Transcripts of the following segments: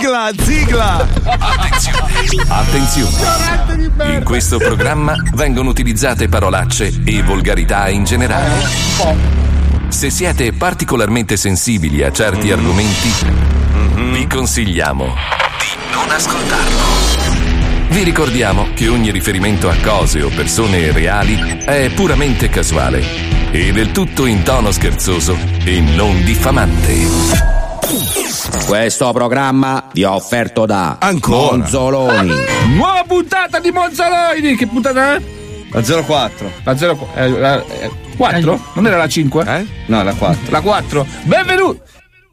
Zigla! Attenzione! In questo programma vengono utilizzate parolacce e volgarità in generale. Se siete particolarmente sensibili a certi argomenti, vi consigliamo di non ascoltarlo. Vi ricordiamo che ogni riferimento a cose o persone reali è puramente casuale e del tutto in tono scherzoso e non diffamante. Questo programma vi è offerto da Ancora Monzoloni. Nuova puntata di Monzoloni. Che puntata è? La 04. La 4? Non era la 5? No, la 4. La 4. Benvenuti.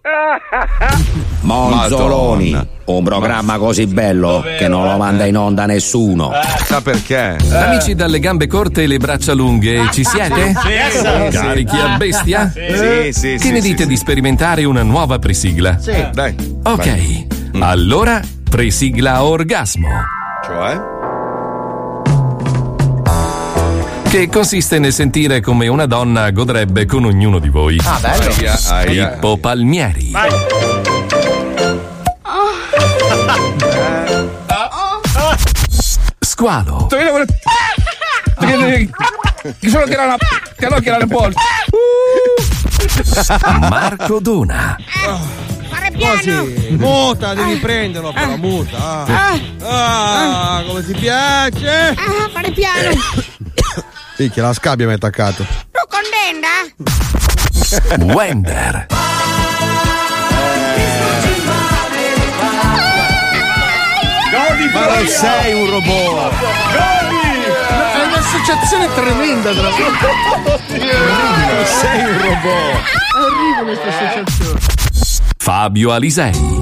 Monzoloni, Madonna. un programma così bello che non lo manda in onda nessuno. Sa perché? Amici dalle gambe corte e le braccia lunghe, ci siete? Sì. Carichi a bestia? Sì. Che ne dite di sperimentare una nuova presigla? Sì. Dai. Ok, allora presigla orgasmo. Cioè? Che consiste nel sentire come una donna godrebbe con ognuno di voi. Ah, bello. Aia. Pippo Palmieri. Vai. Squalo. Che solo che era una porta. Marco Dona. Fare piano. Muta, devi prenderlo però, muta. Come ti piace? Fare piano. Picchia, la scabbia mi ha attaccato. Tu contenta? Wender. Ma non sei un robot! È un'associazione tremenda tra Non sei un robot! È orribile questa associazione. Fabio Alisei.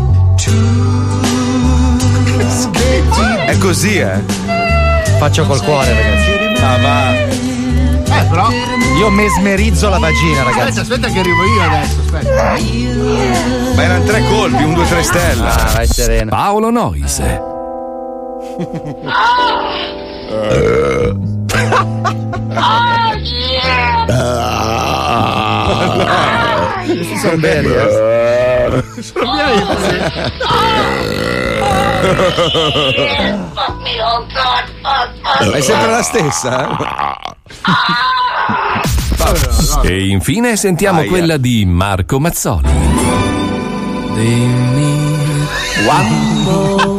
È così, Faccio col cuore, ragazzi. Ah, va. Però. Io mesmerizzo la vagina, ragazzi. Aspetta che arrivo io adesso, aspetta. Ma erano 3 colpi, 1, 2, 3 stelle. Ah, vai sereno. Paolo Noise. Sono belli, Sono miei. È sempre la stessa? E infine sentiamo Aia. quella di Marco Mazzoli. Dimmi quando.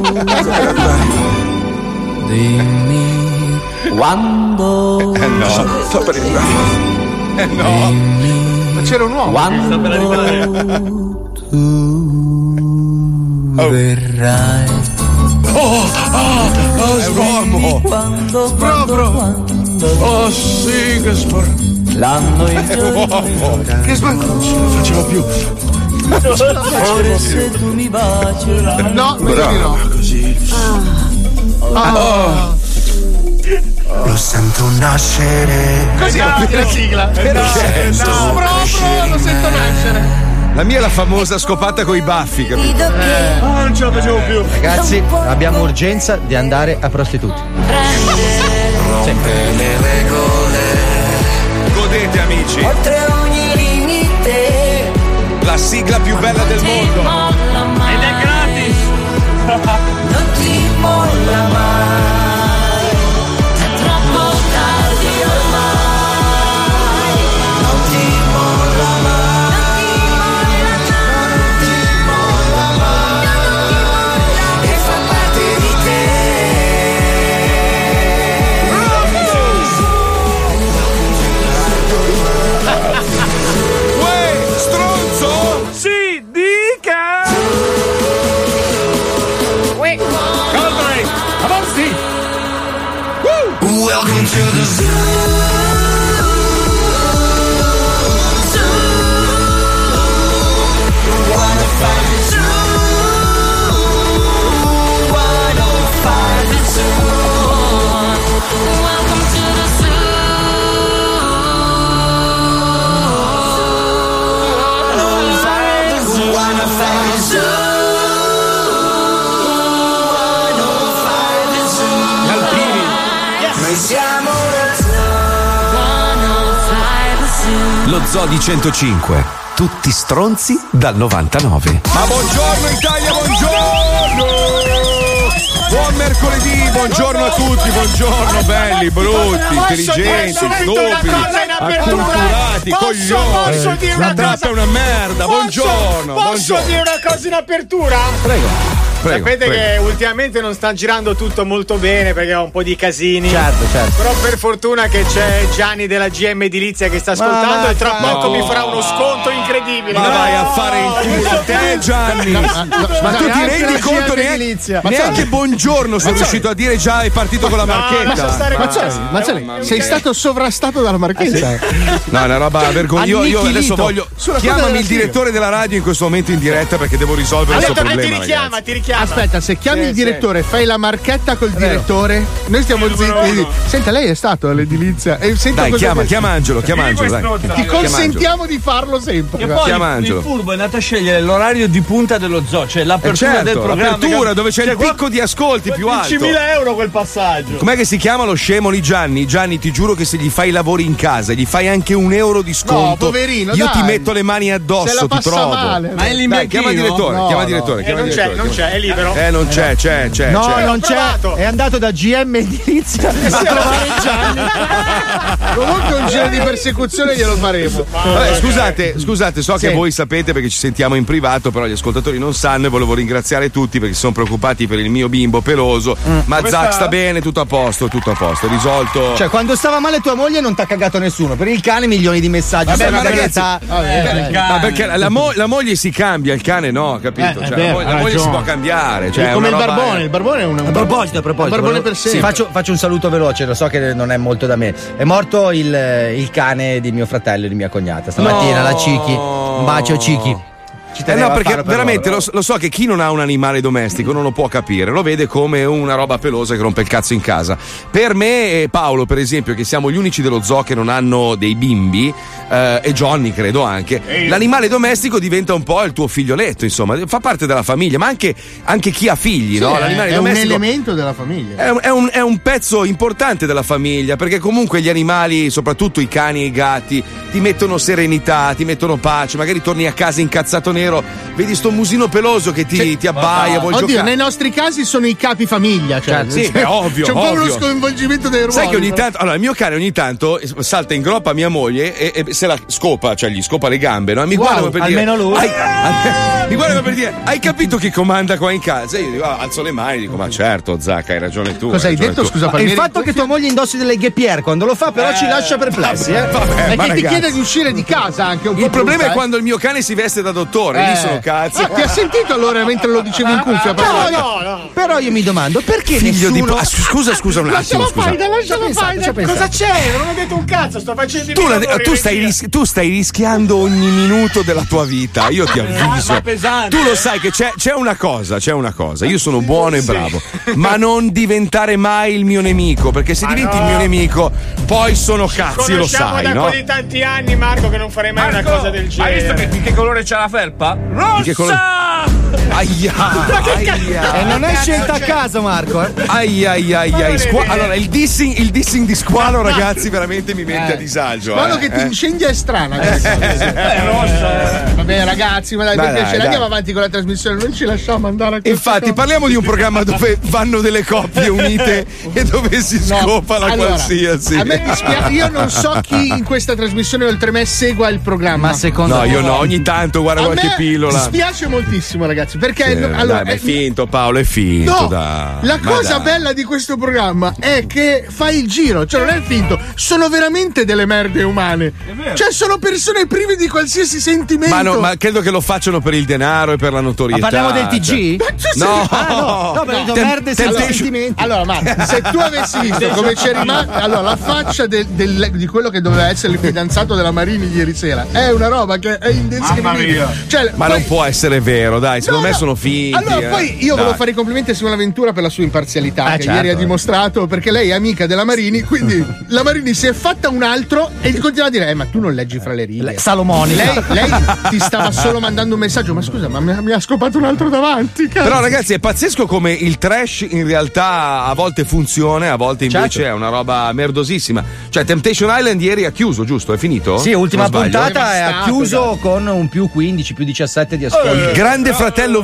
Dimmi quando. No, sto per arrivare. No. Ma c'era un uomo. Quando tu verrai. È un uomo. Quando. Oh sì, che sporco. L'anno in giorno. Che sporco. Non ce la facevo più. Forse tu mi bacerai. No, no. Così. Lo sento nascere. Così la sigla. No, proprio lo sento nascere. La mia è la famosa scopata coi baffi, capito? Non ce la facevo più. Ragazzi, abbiamo urgenza di andare a prostituti. Le regole. Godete, amici. Oltre ogni limite. La sigla più bella del mondo. Ed è gratis. Non ti molla mai. È troppo tardi ormai. Non ti molla mai. Non ti molla mai. E fa parte di te. Uè, stronzo! Si dica. Coldplay. Avanti. Welcome to the zoo. Wanna find the zoo. 105 the zoo. Welcome to the zoo. Wanna find the zoo. 105 the zoo. Alpini. Noi siamo lo zoo. Lo Zoo di 105. Tutti stronzi dal 99. Ma buongiorno Italia, buongiorno! mercoledì, buongiorno a tutti, buongiorno belli, brutti, intelligenti, stupidi, acculturati, coglioni. La trappa è una merda, buongiorno. Posso dire una cosa in apertura? Prego. Sapete che ultimamente non sta girando tutto molto bene perché ho un po' di casini. Certo. Però per fortuna che c'è Gianni della GM Edilizia che sta ascoltando e tra poco mi farà uno sconto incredibile. Ma vai a fare in culo te, Gianni. Ma tu ti rendi conto neanche buongiorno sono riuscito a dire già è partito con la marchetta. Mazzoli, sei stato sovrastato dalla marchetta. No, è una roba vergognosa. Io adesso voglio. Chiamami il direttore della radio in questo momento in diretta perché devo risolvere questo problema. Ti richiama. Aspetta, se chiami il direttore, fai la marchetta col direttore. Noi stiamo zitti. Senta, lei è stato all'edilizia. Dai, chiama Angelo, dai. Ti consentiamo di farlo sempre. E poi il furbo è andato a scegliere l'orario di punta dello zoo, cioè l'apertura del programma. L'apertura dove c'è il picco di ascolti più alto. 10.000 euro quel passaggio. Com'è che si chiama lo scemo lì, Gianni? Gianni, ti giuro che se gli fai i lavori in casa, gli fai anche €1 di sconto. No, poverino, io dai. ti metto le mani addosso, ti trovo. Male, ma è l'imbianchino? Chiama il direttore, Non c'è, è libero. Non c'è. No, non c'è. È andato da GM Edilizia a trovare Gianni. Comunque un giro di persecuzione glielo faremo. Vabbè, scusate, so che voi sapete perché ci sentiamo in privato, però gli ascoltatori non sanno e volevo ringraziare tutti perché si sono preoccupati per il mio bimbo peloso. Ma Zac sta bene, tutto a posto, risolto. Cioè, quando stava male tua moglie non t'ha cagato nessuno. Per il cane milioni di messaggi. Vabbè, ma ragazzi, ma perché la moglie si cambia, il cane no, capito? La moglie si può cambiare. Cioè, come il barbone è un A proposito, barbone per sempre. Faccio un saluto veloce, lo so che non è molto da me. È morto il cane di mio fratello e di mia cognata stamattina, la Ciki. Un bacio, Ciki. No, perché veramente lo so che chi non ha un animale domestico non lo può capire, lo vede come una roba pelosa che rompe il cazzo in casa. Per me e Paolo, per esempio, che siamo gli unici dello zoo che non hanno dei bimbi, e Johnny credo anche, l'animale domestico diventa un po' il tuo figlioletto, insomma, fa parte della famiglia, ma anche chi ha figli, no? L'animale domestico è un elemento della famiglia. È un pezzo importante della famiglia, perché comunque gli animali, soprattutto i cani e i gatti, ti mettono serenità, ti mettono pace, magari torni a casa incazzato nero, vedi sto musino peloso che ti abbaia, vuol giocare. Nei nostri casi sono i capi famiglia, cioè, sì, è ovvio. C'è un po' uno sconvolgimento dei ruoli. Sai che ogni tanto, allora, il mio cane ogni tanto salta in groppa a mia moglie e se la scopa, cioè gli scopa le gambe, no? Mi guarda come per dire, almeno lui. Mi guarda come per dire, hai capito chi comanda qua in casa? E io dico, alzo le mani, dico, ma certo, Zac, hai ragione tu. Cosa hai detto? tu. Scusa, Il fatto che tua moglie indossi delle Ghepier quando lo fa, però ci lascia perplessi, Vabbè, è che ti chiede di uscire di casa anche un po'. Il problema è quando il mio cane si veste da dottore, lì sono cazzi. Ti ha sentito allora mentre lo dicevi in cuffia? No. Però io mi domando perché Figlio nessuno... di scusa un attimo, scusa. Lascialo fare. Cosa c'è? Non ho detto un cazzo, sto facendo Tu stai rischiando ogni minuto della tua vita, io ti avviso. Tu lo sai che c'è una cosa. Io sono buono e bravo, ma non diventare mai il mio nemico, perché se diventi il mio nemico, poi sono cazzi, lo sai, da no? così tanti anni, Marco, che non farei mai una cosa del genere. Hai visto di che colore c'ha la felpa? Rossa! Aia. E non è scelta a caso, Marco. Allora, il dissing di Squalo, ragazzi, veramente mi mette a disagio. Quello che ti incendia è strana. Rossa. Vabbè, ragazzi, ma dai, per piacere, andiamo avanti con la trasmissione, non ci lasciamo andare a Infatti, parliamo di un programma dove vanno delle coppie unite e dove si scopa la qualsiasi. A me dispiace, io non so chi in questa trasmissione oltre me segua il programma. Ma secondo io no, ogni tanto guarda qualche pillola. Mi dispiace moltissimo, ragazzi, perché allora è finto, Paolo, è finto. No, dai. La cosa bella di questo programma è che fa il giro, cioè non è finto, sono veramente delle merde umane. Cioè sono persone prive di qualsiasi sentimento. Ma credo che lo facciano per il denaro e per la notorietà. Ma parliamo del TG? No, perché merde senza sentimenti. Allora, Marco, se tu avessi visto come c'è rimasto, allora la faccia di quello che doveva essere il fidanzato della Marini ieri sera è una roba che è indescrivibile. Cioè, ma non può essere vero, dai, secondo me sono finti. Allora, poi io volevo fare i complimenti a Simona Ventura per la sua imparzialità, che ieri ha dimostrato, perché lei è amica della Marini, quindi la Marini si è fatta un altro e gli continua a dire: ma tu non leggi fra le righe. Salomonica. Lei ti stava solo mandando un messaggio, ma scusa, ma mi ha scopato un altro davanti. Cazzo. Però, ragazzi, è pazzesco come il trash in realtà a volte funziona, a volte invece è una roba merdosissima. Cioè, Temptation Island ieri ha chiuso, giusto? È finito? Sì, ultima puntata è chiuso con un più 15, più 17 di ascolti. Grande Fratello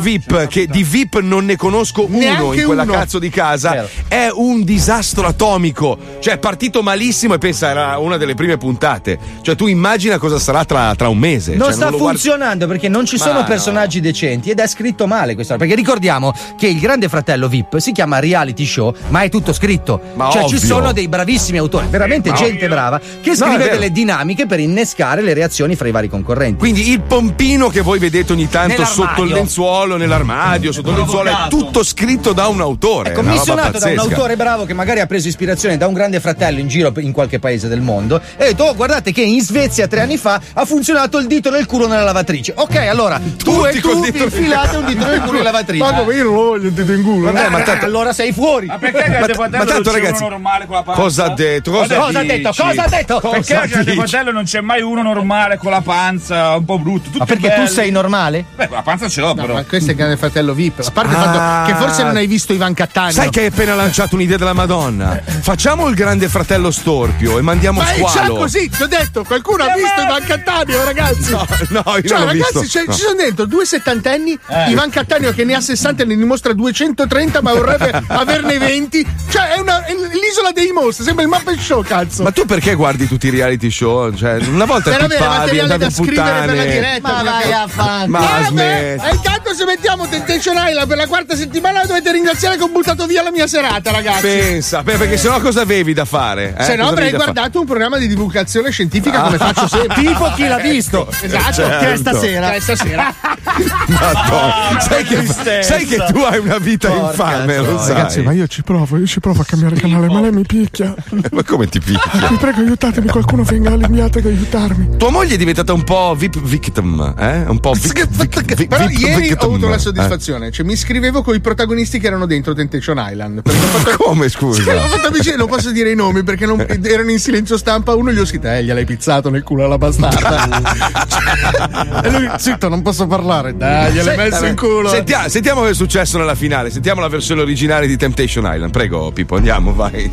VIP, che di VIP non ne conosco uno Neanche in quella uno. cazzo di casa, Vero. è un disastro atomico. Cioè, è partito malissimo e pensa era una delle prime puntate. Cioè, tu immagina cosa sarà tra un mese. Non Cioè, sta lo guardi- funzionando perché non ci Ma sono no. personaggi decenti ed è scritto male questa. Perché ricordiamo che il Grande Fratello VIP si chiama reality show, ma è tutto scritto. Ma cioè ovvio. ci sono dei bravissimi autori, veramente Ma gente brava, che è scrive vero. delle dinamiche per innescare le reazioni fra i vari concorrenti. Quindi il pompino che voi vedete ogni tanto Nell'armadio. sotto il lenzuolo, nell'armadio, sotto il lenzuolo, è tutto scritto da un autore. È una roba commissionato da un pazzesca. autore bravo che magari ha preso ispirazione da un Grande Fratello in giro in qualche paese del mondo e ha detto: oh, guardate che in Svezia 3 anni fa ha funzionato il dito nel culo nella lavatrice. Ok, allora tu e col tu dito- vi infilate un dito nel culo in lavatrice. Ma come io non lo voglio il dito in culo. Vabbè, ma tanto- allora sei fuori. Ma perché Grande ma Fratello tanto, non c'è ragazzi, uno normale con la panza? cosa ha detto? Cosa Cosa ha detto? dici? Cosa ha detto? Perché a Grande dici? Fratello non c'è mai uno normale con la panza un po' brutto? Tutti Ma perché belli. tu sei normale? Beh, la panza ce l'ho, No, però. ma questo è il Grande Fratello VIP. A parte il fatto che forse non hai visto Ivan Cattaneo. Sai che hai appena lanciato un'idea della Madonna? Facciamo il Grande Fratello Storpio e mandiamo Ma è già squalo. così, ti ho detto, qualcuno ha visto Ivan Cattaneo, ragazzi. No, io Cioè, non l'ho ragazzi, visto. No. ci sono dentro due settantenni, Ivan Cattaneo che ne ha 60 e ne dimostra 230, ma vorrebbe averne 20. Cioè, è l'isola dei mostri, sembra il Muppet Show, cazzo. Ma tu perché guardi tutti i reality show? Cioè, una volta Per avere pippavi, materiale andavi da a scrivere per la puttane. diretta. Ma vai a fanculo. Ma Vabbè, smetti. e intanto se mettiamo Temptation Island per la quarta settimana dovete ringraziare che ho buttato via la mia serata, ragazzi. Pensa, perché sennò cosa avevi da fare? Se no Cosa avrei avevi da fare? guardato un programma di divulgazione scientifica come faccio sempre. Tipo chi l'ha visto? Esatto, Certo. che è stasera. Che è stasera. Madonna, sai che tu hai una vita infame, lo sai. Ragazzi, ma io ci provo a cambiare canale, ma lei mi picchia. Ma come ti picchia? Vi prego, aiutatemi, qualcuno venga all'inviato ad aiutarmi. Tua moglie è diventata un po' VIP victim, eh? Un po' Però ieri victim, ho avuto la soddisfazione, cioè mi scrivevo con i protagonisti che erano dentro Temptation Island. Perché ho fatto... Come, scusa? Ho fatto amici, non posso dire i nomi perché erano in silenzio stampa. Uno gli ho scritto: gliel'hai pizzato nel culo alla bastarda. E lui, zitto, non posso parlare. Dai, gliel'hai messo in culo. Sentiamo cosa è successo nella finale. Sentiamo la versione originale di Temptation Island. Prego, Pippo, andiamo, vai.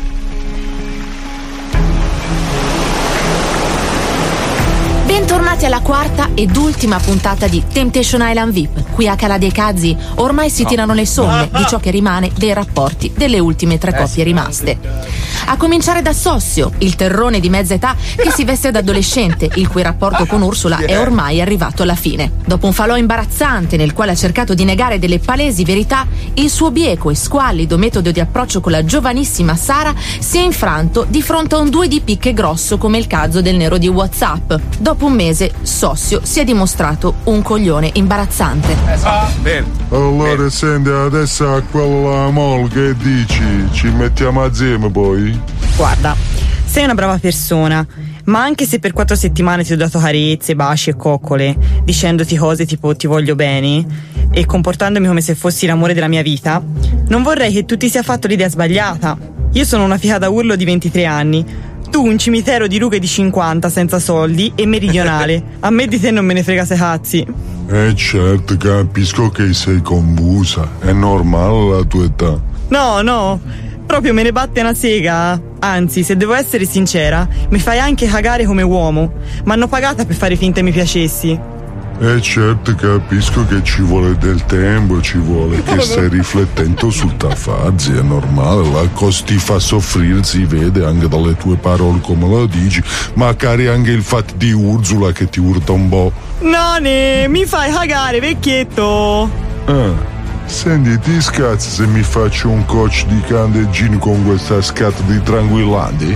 Bentornati alla quarta ed ultima puntata di Temptation Island VIP. Qui a Cala dei Cazzi ormai si tirano le somme di ciò che rimane dei rapporti delle ultime 3 coppie rimaste. A cominciare da Sossio, il terrone di mezza età che si veste da adolescente, il cui rapporto con Ursula è ormai arrivato alla fine. Dopo un falò imbarazzante nel quale ha cercato di negare delle palesi verità, il suo bieco e squallido metodo di approccio con la giovanissima Sara si è infranto di fronte a un 2 di picche grosso come il cazzo del nero di WhatsApp. Dopo un mese, Sossio si è dimostrato un coglione imbarazzante. Bene. Allora senti, adesso a quello mall che dici? Ci mettiamo assieme poi? Guarda, sei una brava persona, ma anche se per 4 settimane ti ho dato carezze, baci e coccole, dicendoti cose tipo ti voglio bene e comportandomi come se fossi l'amore della mia vita, non vorrei che tu ti sia fatto l'idea sbagliata. Io sono una figata urlo di 23 anni, tu un cimitero di rughe di 50 senza soldi e meridionale. A me di te non me ne frega sei cazzi. Certo, capisco che sei confusa, è normale la tua età. No, proprio me ne batte una sega. Anzi, se devo essere sincera, mi fai anche cagare come uomo. M'hanno pagata per fare finta mi piacessi. Certo, capisco che ci vuole del tempo, ci vuole che stai riflettendo sul tafazzi, è normale, la cosa ti fa soffrire, si vede anche dalle tue parole come lo dici, magari anche il fatto di Ursula che ti urta un po'. None, mi fai cagare, vecchietto. Senti, ti scazzi se mi faccio un coach di candeggini con questa scatola di tranquillanti?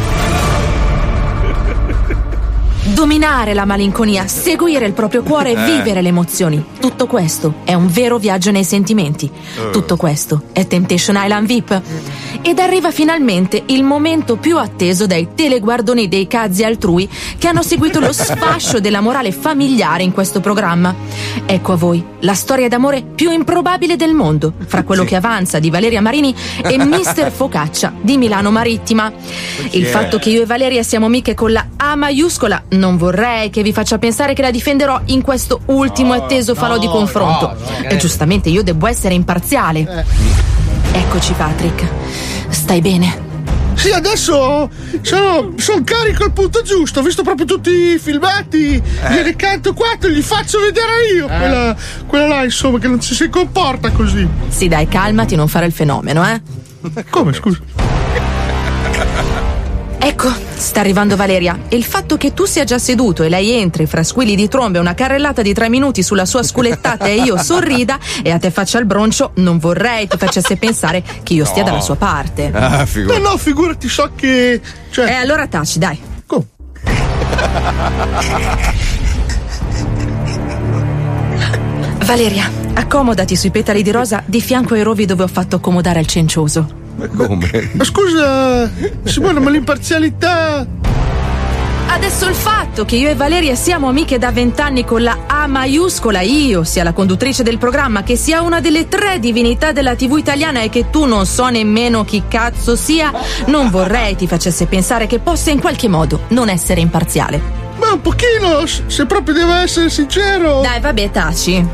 Dominare la malinconia, seguire il proprio cuore e vivere le emozioni. Tutto questo è un vero viaggio nei sentimenti. Tutto questo è Temptation Island VIP. Ed arriva finalmente il momento più atteso dai teleguardoni dei cazzi altrui che hanno seguito lo sfascio della morale familiare in questo programma. Ecco a voi la storia d'amore più improbabile del mondo, fra quello che avanza di Valeria Marini e Mister Focaccia di Milano Marittima. Il fatto che io e Valeria siamo amiche con la A maiuscola non vorrei che vi faccia pensare che la difenderò in questo ultimo e atteso falò di confronto. E giustamente io devo essere imparziale. Eccoci, Patrick. Stai bene? Sì, adesso sono carico al punto giusto, ho visto proprio tutti i filmati, gliene canto 4, gli faccio vedere io quella là, insomma, che non si comporta così. Sì, dai, calmati, non fare il fenomeno, eh? Come, scusa? Ecco, sta arrivando Valeria. E il fatto che tu sia già seduto e lei entri fra squilli di trombe, una carrellata di 3 minuti sulla sua sculettata e io sorrida e a te faccia il broncio, non vorrei ti facesse pensare che io stia dalla sua parte. No, figurati, so che... E allora taci, dai. Come? Valeria, accomodati sui petali di rosa di fianco ai rovi dove ho fatto accomodare il cencioso. Come? Ma scusa, Simona, ma l'imparzialità... Adesso il fatto che io e Valeria siamo amiche da 20 anni con la A maiuscola, io sia la conduttrice del programma, che sia una delle 3 divinità della TV italiana e che tu non so nemmeno chi cazzo sia, non vorrei ti facesse pensare che possa in qualche modo non essere imparziale. Ma un pochino, se proprio devo essere sincero. Dai, vabbè, taci.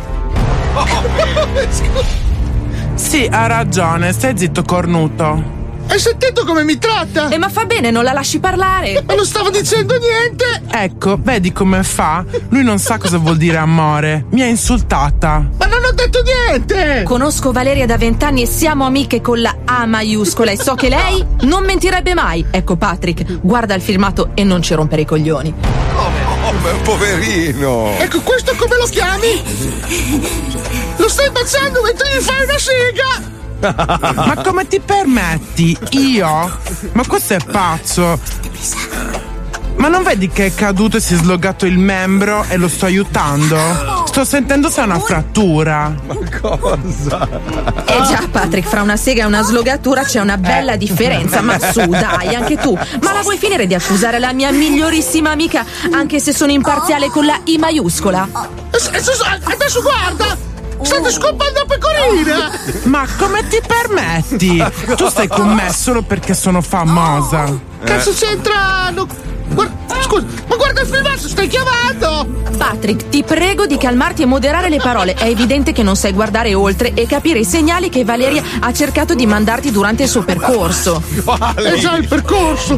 Sì, ha ragione, stai zitto, cornuto. Hai sentito come mi tratta? Ma fa bene, non la lasci parlare. Ma non stavo dicendo niente. Ecco, vedi come fa? Lui non sa cosa vuol dire amore. Mi ha insultata. Ma non ho detto niente. Conosco Valeria da 20 anni e siamo amiche con la A maiuscola e so che lei non mentirebbe mai. Ecco, Patrick, guarda il filmato e non ci rompere i coglioni. Poverino. Ecco, questo come lo chiami? Lo stai baciando mentre gli fai una sega. Ma come ti permetti? Io? Ma questo è pazzo. Ma non vedi che è caduto e si è slogato il membro e lo sto aiutando? Sto sentendo se è una frattura. Ma cosa? Già, Patrick, fra una sega e una slogatura c'è una bella differenza. Ma su, dai, anche tu. Ma la vuoi finire di accusare la mia migliorissima amica anche se sono imparziale con la I maiuscola? Adesso guarda! State scoppando pecorina! Ma come ti permetti? Tu stai con me solo perché sono famosa. Cazzo c'entrano? Scusa, ma guarda il filmato, stai chiamando! Patrick, ti prego di calmarti e moderare le parole. È evidente che non sai guardare oltre e capire i segnali che Valeria ha cercato di mandarti durante il suo percorso. È già il percorso!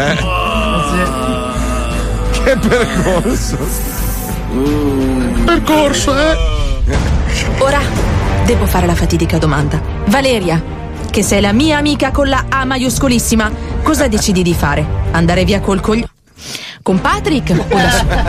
Che percorso? Percorso, Ora devo fare la fatidica domanda. Valeria, che sei la mia amica con la A maiuscolissima, cosa decidi di fare? Andare via col coglione? Con Patrick o da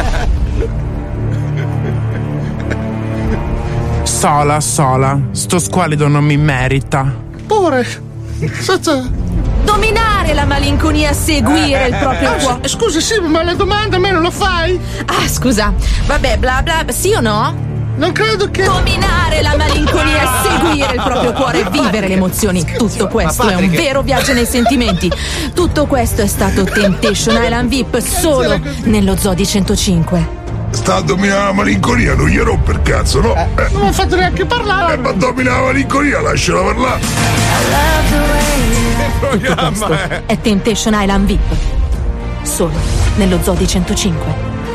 sola? Sola. Sto squalido non mi merita. Pure. Dominare la malinconia, seguire il proprio cuore. Scusa, sì, ma la domanda a me non la fai? Ah, scusa. Vabbè, bla bla, sì o no? Non credo che... Dominare la malinconia, seguire il proprio cuore e vivere le emozioni. Tutto questo è un vero viaggio nei sentimenti. Tutto questo è stato Temptation Island VIP solo nello Zoo di 105. Sta a dominare la malinconia, non gli rompe il cazzo, no? Non mi ha fatto neanche parlare. Ma domina la malinconia, lasciala parlare. Tutto questo è Temptation Island VIP solo nello Zoo di 105.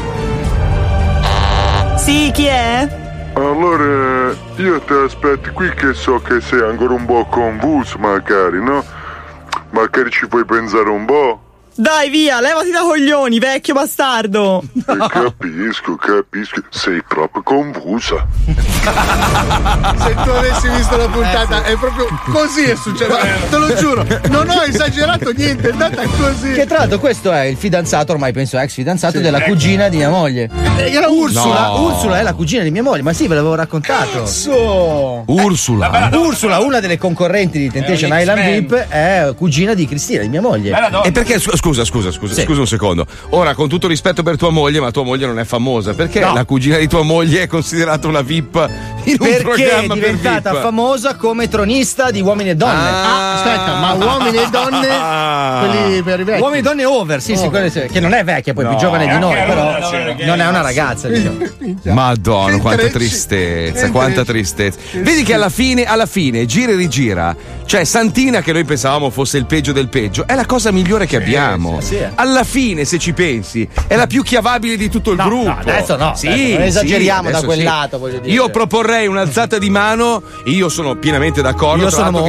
Sì, chi è? Allora, io ti aspetti qui che so che sei ancora un po' confuso, magari, no? Magari ci puoi pensare un po'? Dai, via, levati da coglioni, vecchio bastardo! Capisco, sei proprio confusa. Se tu avessi visto la puntata, è proprio così è successo. Te lo giuro, non ho esagerato niente, è andata così. Che tra l'altro questo è il fidanzato, ormai penso ex fidanzato della cugina di mia moglie. Era Ursula. No. Ursula è la cugina di mia moglie, ma sì, ve l'avevo raccontato. Ursula, una delle concorrenti di Temptation Island VIP, è cugina di Cristina, di mia moglie. E perché, scusa un secondo. Ora, con tutto rispetto per tua moglie, ma tua moglie non è famosa. Perché la cugina di tua moglie è considerata una VIP in un programma perché è per diventata VIP? famosa come tronista di Uomini e Donne. Aspetta, ma Uomini e Donne, quelli per i vecchi. Uomini e Donne over, sì, che non è vecchia, poi più giovane di noi, però non è una ragazza, diciamo. Madonna, quanta tristezza, quanta tristezza. Vedi che alla fine gira e rigira. Cioè, Santina, che noi pensavamo fosse il peggio del peggio, è la cosa migliore che abbiamo. Sì. Alla fine, se ci pensi, è la più chiavabile di tutto il gruppo. No, adesso no, sì, non esageriamo adesso da quel lato, voglio dire. Io proporrei un'alzata di mano, io sono pienamente d'accordo. Io sono monco.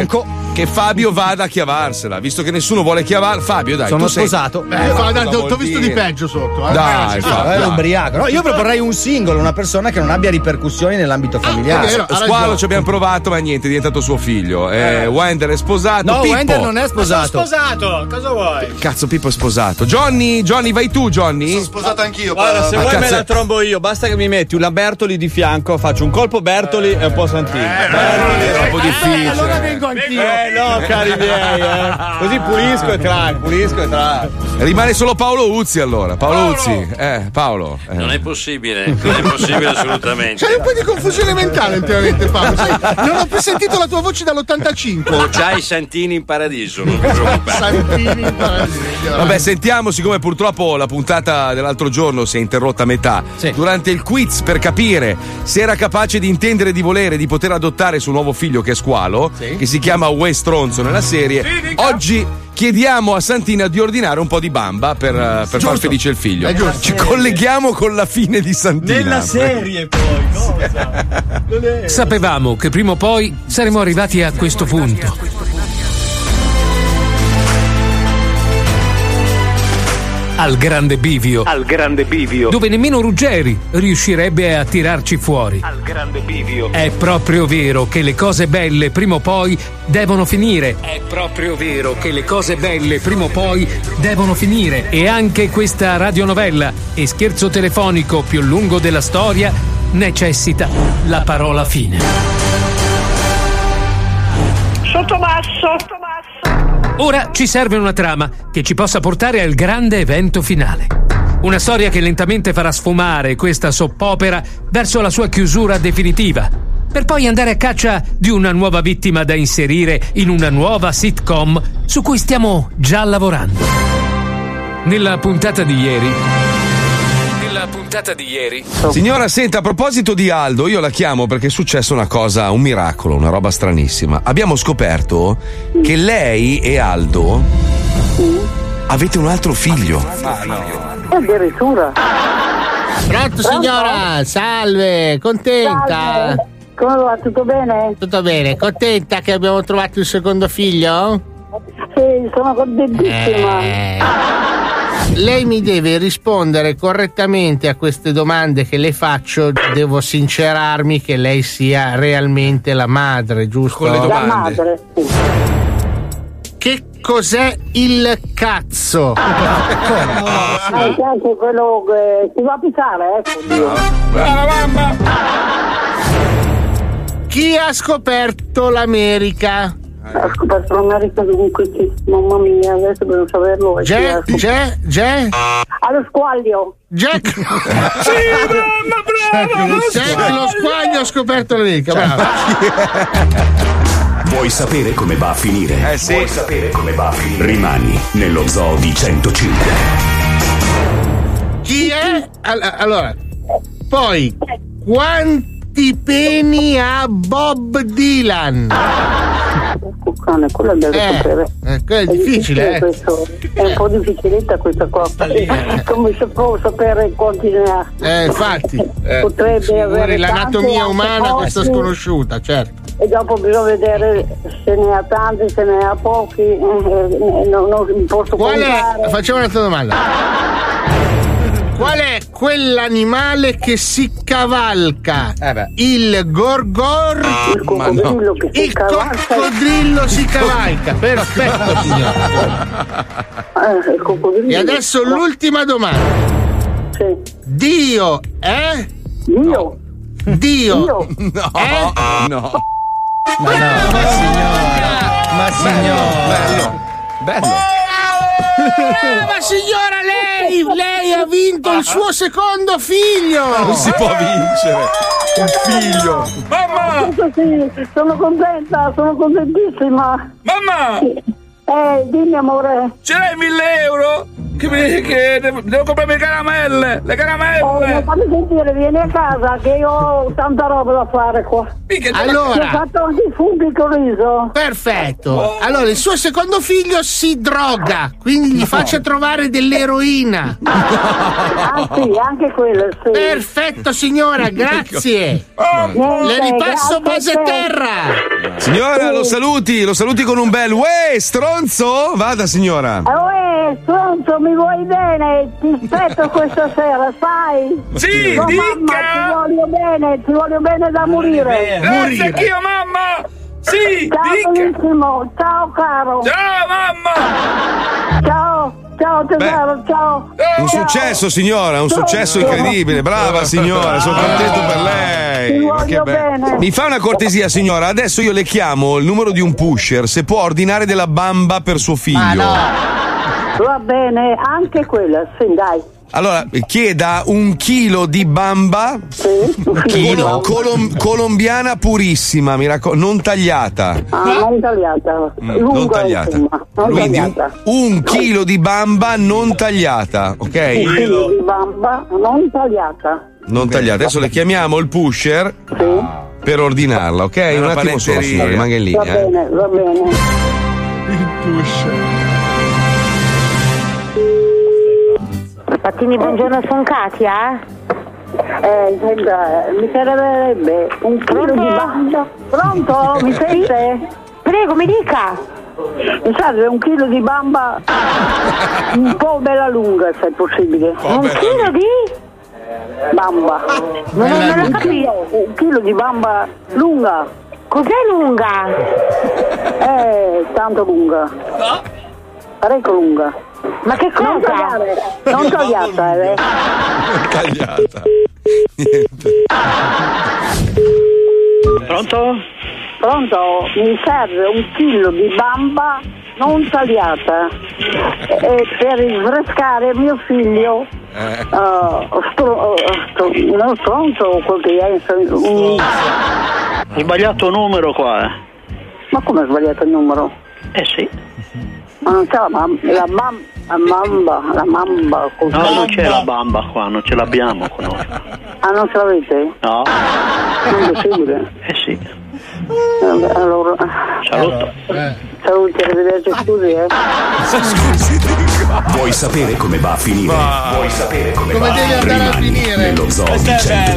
che Fabio vada a chiavarsela, visto che nessuno vuole chiavarla. Fabio, dai, sono tu sei... sposato. T'ho visto di peggio sotto. Dai, Fabio, ubriaco. No, io proporrei un singolo, una persona che non abbia ripercussioni nell'ambito familiare. Squalo ci abbiamo provato, ma niente, è diventato suo figlio. Wender è sposato. No, Pippo. Wender non è sposato. Sono sposato, cosa vuoi? Cazzo, Pippo è sposato. Johnny, vai tu, Johnny? Sono sposato anch'io. Guarda, se vuoi me la trombo io, basta che mi metti una Bertoli di fianco, faccio un colpo Bertoli e un po' Santini. È troppo difficile. Allora vengo anch'io. No, cari miei, così pulisco e track. Rimane solo Paolo Uzzi allora. Paolo Uzzi. Paolo. Non è possibile assolutamente. C'è un po' di confusione mentale ultimamente, Paolo. Non ho più sentito la tua voce dall'85. Ho già i Santini in paradiso, non mi preoccupare. Santini in paradiso. Vabbè, sentiamo, siccome purtroppo la puntata dell'altro giorno si è interrotta a metà, durante il quiz per capire se era capace di intendere, di volere, di poter adottare suo nuovo figlio che è Squalo, che si chiama Uè Stronzo nella serie, oggi chiediamo a Santina di ordinare un po' di bamba per far felice il figlio. Ci colleghiamo con la fine di Santina. Nella serie poi, Sapevamo che prima o poi saremmo arrivati a questo punto. Al grande bivio. Dove nemmeno Ruggeri riuscirebbe a tirarci fuori. Al grande bivio. È proprio vero che le cose belle prima o poi devono finire. E anche questa radionovella e scherzo telefonico più lungo della storia necessita la parola fine. Sottobasso. Ora ci serve una trama che ci possa portare al grande evento finale. Una storia che lentamente farà sfumare questa soppopera verso la sua chiusura definitiva, per poi andare a caccia di una nuova vittima da inserire in una nuova sitcom su cui stiamo già lavorando. Nella puntata di ieri. Signora, senta, a proposito di Aldo, io la chiamo perché è successo una cosa, un miracolo, una roba stranissima. Abbiamo scoperto che lei e Aldo avete un altro figlio. Addirittura. Pronto signora, salve, contenta? Salve. Come va? Tutto bene? Tutto bene, contenta che abbiamo trovato il secondo figlio? Sì, sono contentissima. Lei mi deve rispondere correttamente a queste domande che le faccio. Devo sincerarmi che lei sia realmente la madre, giusto? Con le domande. La madre, sì. Che cos'è il cazzo? Anche quello che si va a pisare, Brava mamma! Chi ha scoperto l'America? Ha scoperto l'America comunque, sì. Mamma mia, adesso devo saperlo. Allo squaglio. Jack. Sì, brava! Jack lo squaglio ha scoperto l'America. Brava. Vuoi sapere come va a finire? Sì. Vuoi sapere come va a finire? Rimani nello zoo di 105. Chi è? Allora, poi quanti peni ha Bob Dylan? Quello deve sapere. Quello è difficile, questo. È un po' difficiletta questa qua. Come se può sapere quanti ne ha? Infatti. Potrebbe avere l'anatomia tanti, umana pochi, questa sconosciuta, certo. E dopo bisogna vedere se ne ha tanti, se ne ha pochi. Non posso contare. Facciamo un'altra domanda. Qual è quell'animale che si cavalca? Il gorgor? Il coccodrillo che si cavalca. Il coccodrillo si cavalca. Perfetto, signora. Il coccodrillo. E adesso l'ultima domanda. Sì. Dio è? Dio. Dio. No. È? No. Ma signora. Bello. Ma signora, lei ha vinto il suo secondo figlio! Non si può vincere un figlio. Mamma! Sì, sono contenta, sono contentissima. Mamma! Dimmi amore. Ce l'hai 1.000 euro? devo comprarmi le caramelle. Fammi sentire, vieni a casa che io ho tanta roba da fare qua. Allora, Ti ho fatto anche i funghi con riso. perfetto. Allora, il suo secondo figlio si droga, quindi gli faccia trovare dell'eroina. Ah sì, anche quello, sì. Perfetto, signora, grazie. Niente, Le ripasso grazie base a te. terra. Signora, lo saluti con un bel uè, stronzo? Vada, signora. Stronzo, mi vuoi bene? Ti aspetto questa sera, sai? Sì, Tua dica! mamma, ti voglio bene da morire. Grazie anch'io, mamma! Sì, Ciao dica! benissimo, ciao caro. Ciao, mamma! Ciao tesoro, ciao. Un successo, signora, un successo incredibile. Brava, signora, sono contento per lei. Ti Ma che voglio bello. bene. Mi fa una cortesia, signora. Adesso io le chiamo il numero di un pusher. Se può ordinare della bamba per suo figlio. Va bene, anche quella, sì, dai. Allora, chieda 1 chilo di bamba. Colombiana purissima, mi raccomando, non tagliata. Non tagliata. Lunga, non tagliata. insomma, non Quindi tagliata. 1 chilo di bamba non tagliata, ok? 1 chilo di bamba non tagliata. Non tagliata. Adesso le chiamiamo il pusher per ordinarla, ok? Un attimo solo, signora, rimanga in Va linea. bene, va bene. Il pusher. Pattini, buongiorno, sono Katia. Senta, mi servirebbe 1 chilo di bamba. Pronto? Mi sente? Prego, mi dica. Mi serve 1 chilo di bamba un po' bella lunga, se è possibile. 1 chilo di? Bamba. Non ho capito. 1 chilo di bamba lunga. Cos'è lunga? Tanto lunga. Parecchio lunga. Ma che cosa? Non tagliata, Tagliata. Pronto? Pronto? Mi serve 1 chilo di bamba non tagliata per rinfrescare mio figlio. Non stronzo quel che è. Sbagliato numero qua, Ma come ha sbagliato il numero? sì. Ma non c'è la mamba. No, non c'è la bamba qua, non ce l'abbiamo con noi. Ah, non ce l'avete? No. Non è possibile? Sì. Allora. Saluto. Saluti, arrivederci, scusi, Vuoi sapere come va a finire? Vuoi sapere come va? deve andare a finire? Nello Zoo di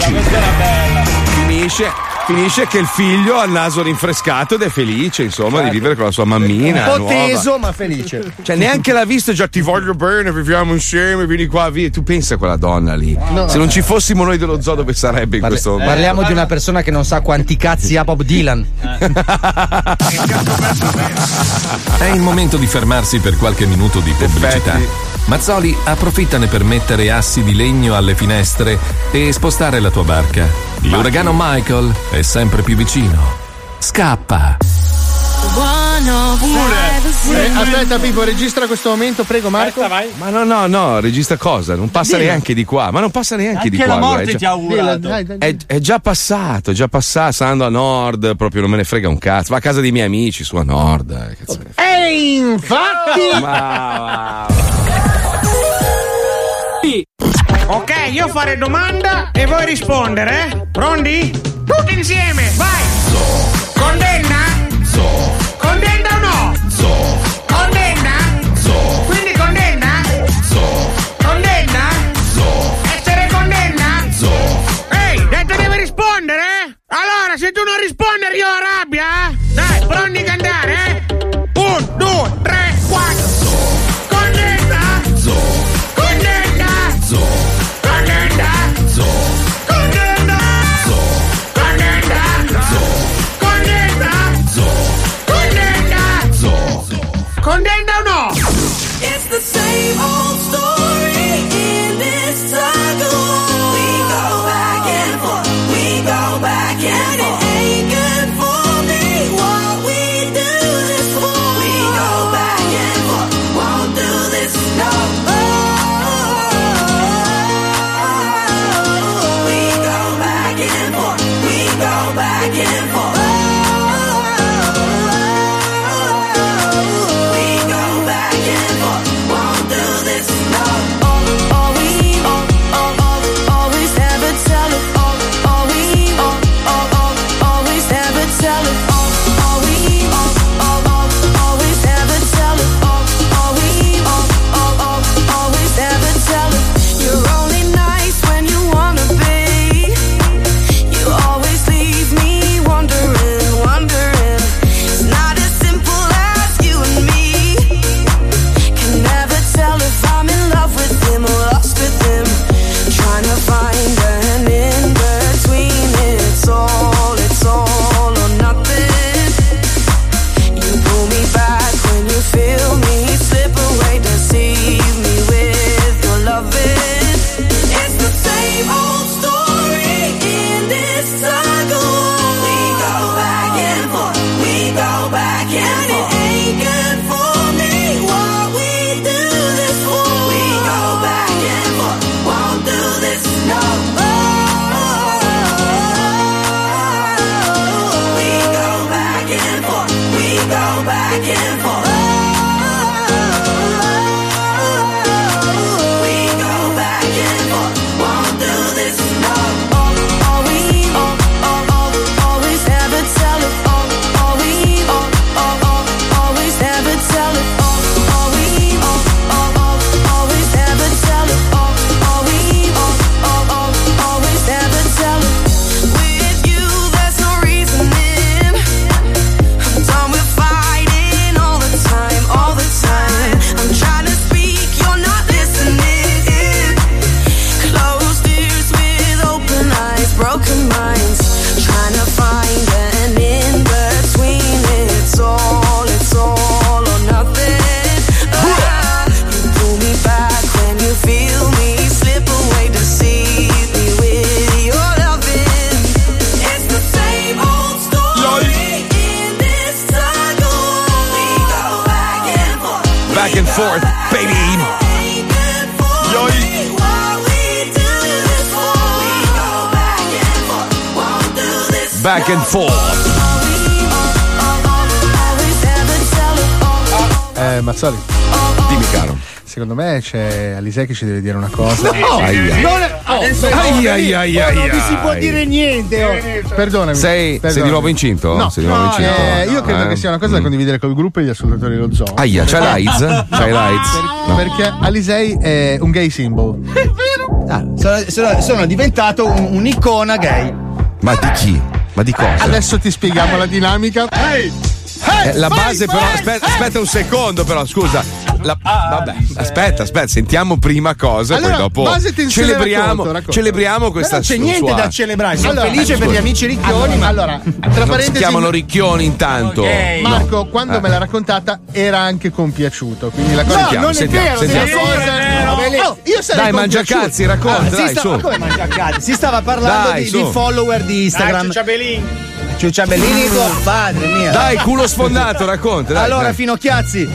105. Finisce che il figlio ha il naso rinfrescato ed è felice, insomma, di vivere con la sua mammina. Un po' nuova. teso, ma felice. Cioè, neanche l'ha visto e già ti voglio bene, viviamo insieme, vieni qua, via. Tu pensa a quella donna lì. No. Se non ci fossimo noi dello zoo, dove sarebbe in questo momento? Parliamo di una persona che non sa quanti cazzi ha Bob Dylan. È il momento di fermarsi per qualche minuto di pubblicità. Mazzoli approfittane per mettere assi di legno alle finestre e spostare la tua barca. L'uragano Michael è sempre più vicino. Scappa! Aspetta, Pippo, registra questo momento, prego, Marco. Vai. Ma no, registra cosa? Non passa neanche di qua. Ma non passa neanche di qua. la morte guarda, ti ha augurato. È già passato, sta andando a nord, proprio non me ne frega un cazzo. Va a casa dei miei amici su a nord. Cazzo me ne frega. E infatti. Ok, io fare domanda e voi rispondere, Pronti? Tutti insieme, vai! Condanna? Condanna o no? Condanna? Quindi condanna? Condanna? Essere condanna? Ehi, detto deve rispondere? Allora, se tu non rispondi io ho rabbia? Dai, pronti a andare, 1, 2, 3, 4. Condanna? Condanna? Condanna? Condanna? Condanna? go back and forth. We go back and forth. Won't do this no. Always never tell it. Always never tell it. Always never tell it. Always never tell it. With you, there's no reasoning. I'm done with fighting all the time, all the time. I'm trying to speak, you're not listening. Closed ears with open eyes, broken minds. Trying to find an in between. It's all or nothing. You pull me back when you feel me slip away, deceive me with your loving. It's the same old story in this cycle. We go back and forth. Back and forth, baby. Back and forth. Mazzoli. Dimmi caro. Secondo me c'è Alisei che ci deve dire una cosa. No, Adesso non vi si può dire niente. Perdonami. Sei di nuovo incinto? No, Sei di nuovo incinto? io credo che sia una cosa da condividere col gruppo e gli ascoltatori dello zoo. Aia, c'hai l'AIDS? C'hai l'AIDS? No. Perché Alisei è un gay symbol. Sono diventato un'icona gay. Ma di chi? Ma di cosa? Adesso ti spieghiamo la dinamica. La base però, aspetta un secondo però, scusa. Vabbè, aspetta, sentiamo prima cosa, allora, poi dopo base tensione celebriamo questa. Non c'è niente sua... da celebrare, sono felice per gli amici ricchioni, ma allora, tra non parentesi, si chiamano ricchioni intanto. Okay. Marco, quando me l'ha raccontata era anche compiaciuto, quindi la cosa non è vero, io sarei dai, mangiacazzi, racconta, dai, su. Come mangiacazzi? Si stava parlando di follower di Instagram. Ciuccia Bellini, tuo padre mio. Dai, culo sfondato, racconta. Dai, allora, dai. Finocchiazzi,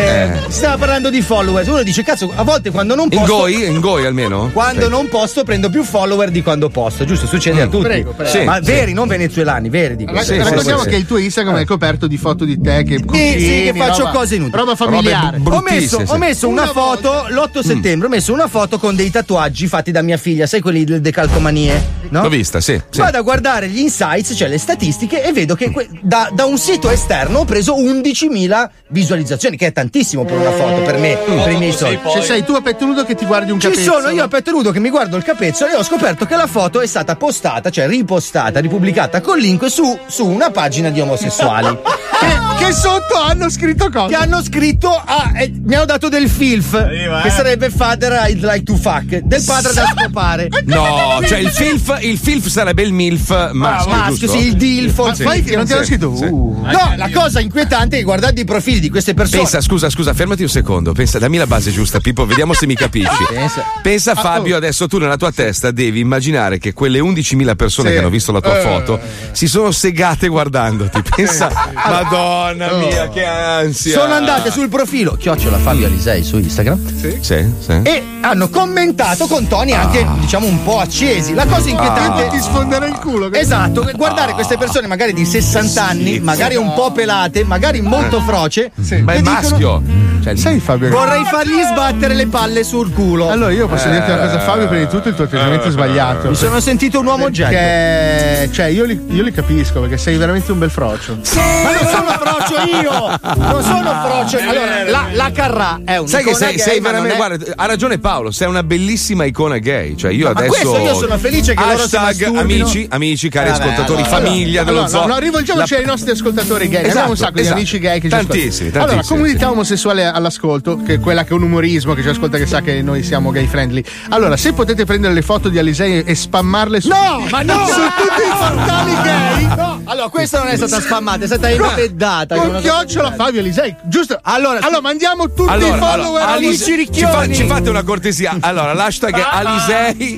si stava parlando di follower. Uno dice, cazzo, a volte quando non posto. In goi almeno? Quando non posto prendo più follower di quando posto, giusto? Succede a tutti. Prego. Sì, ma veri, non venezuelani, veri dico. Raccontiamo che il tuo Instagram è coperto di foto di te che cucini, che faccio cose inutili. Roba familiare. Ho messo una foto l'8 settembre, ho messo una foto con dei tatuaggi fatti da mia figlia, sai quelli del decalcomanie? No? L'ho vista, sì. Vado a guardare gli insights, cioè le statistiche, e vedo che da un sito esterno ho preso 11.000 visualizzazioni, che è tantissimo per una foto, per me, per i miei soldi. Cioè sei tu a petto nudo che ti guardi un capezzolo. Ci sono io a petto nudo che mi guardo il capezzolo e ho scoperto che la foto è stata postata, cioè ripostata, ripubblicata con link su una pagina di omosessuali. Che sotto hanno scritto cosa? Che hanno scritto mi hanno dato del filf, che sarebbe Father I'd like to fuck, del padre da scopare. No, cioè il filf sarebbe il MILF maschio, sì, il DILF. Poi che non ti hanno scritto no, la cosa inquietante è che guardando i profili di queste persone. Pensa, scusa, fermati un secondo. Pensa, dammi la base giusta, Pippo, vediamo se mi capisci. Pensa Fabio, adesso tu nella tua testa devi immaginare che quelle 11.000 persone che hanno visto la tua foto si sono segate guardandoti. Pensa, Madonna mia, che ansia. Sono andate sul profilo @Fabio Alisei su Instagram. Sì. E hanno commentato con toni anche, diciamo, un po' accesi. La cosa inquietante ti sfonderà il culo. Esatto, guardare queste persone magari di 60 anni, magari un po' pelate, magari molto froce. Ma è maschio. Cioè, sai Fabio, vorrei fargli sbattere le palle sul culo. Allora io posso dirti una cosa, Fabio, prima di tutto il tuo atteggiamento è sbagliato. Mi sono sentito un uomo oggetto. Cioè io li capisco, perché sei veramente un bel frocio. Ma non sono frocio io! Non sono frocio. Allora, la Carrà è un sai che sei gay, veramente, guarda, ha ragione Paolo, sei una bellissima icona gay. Cioè io adesso io sono felice che loro si masturbino. amici, cari ascoltatori, famiglia dello zoo. No, rivolgiamoci ai nostri ascoltatori gay. Abbiamo un sacco di amici gay che ci tantissimi. Allora, comunità omosessuale all'ascolto, che è quella che è un umorismo, che ci ascolta, che sa che noi siamo gay friendly. Allora, se potete prendere le foto di Alisei e spammarle su ma no! su tutti i portali gay. No. Allora, questa non è stata spammata, è stata impeddata. Con Fabio Alisei, giusto? Allora, mandiamo tutti i follower amici ricchioni. Ci fate una cortesia. Allora, l'hashtag Alisei.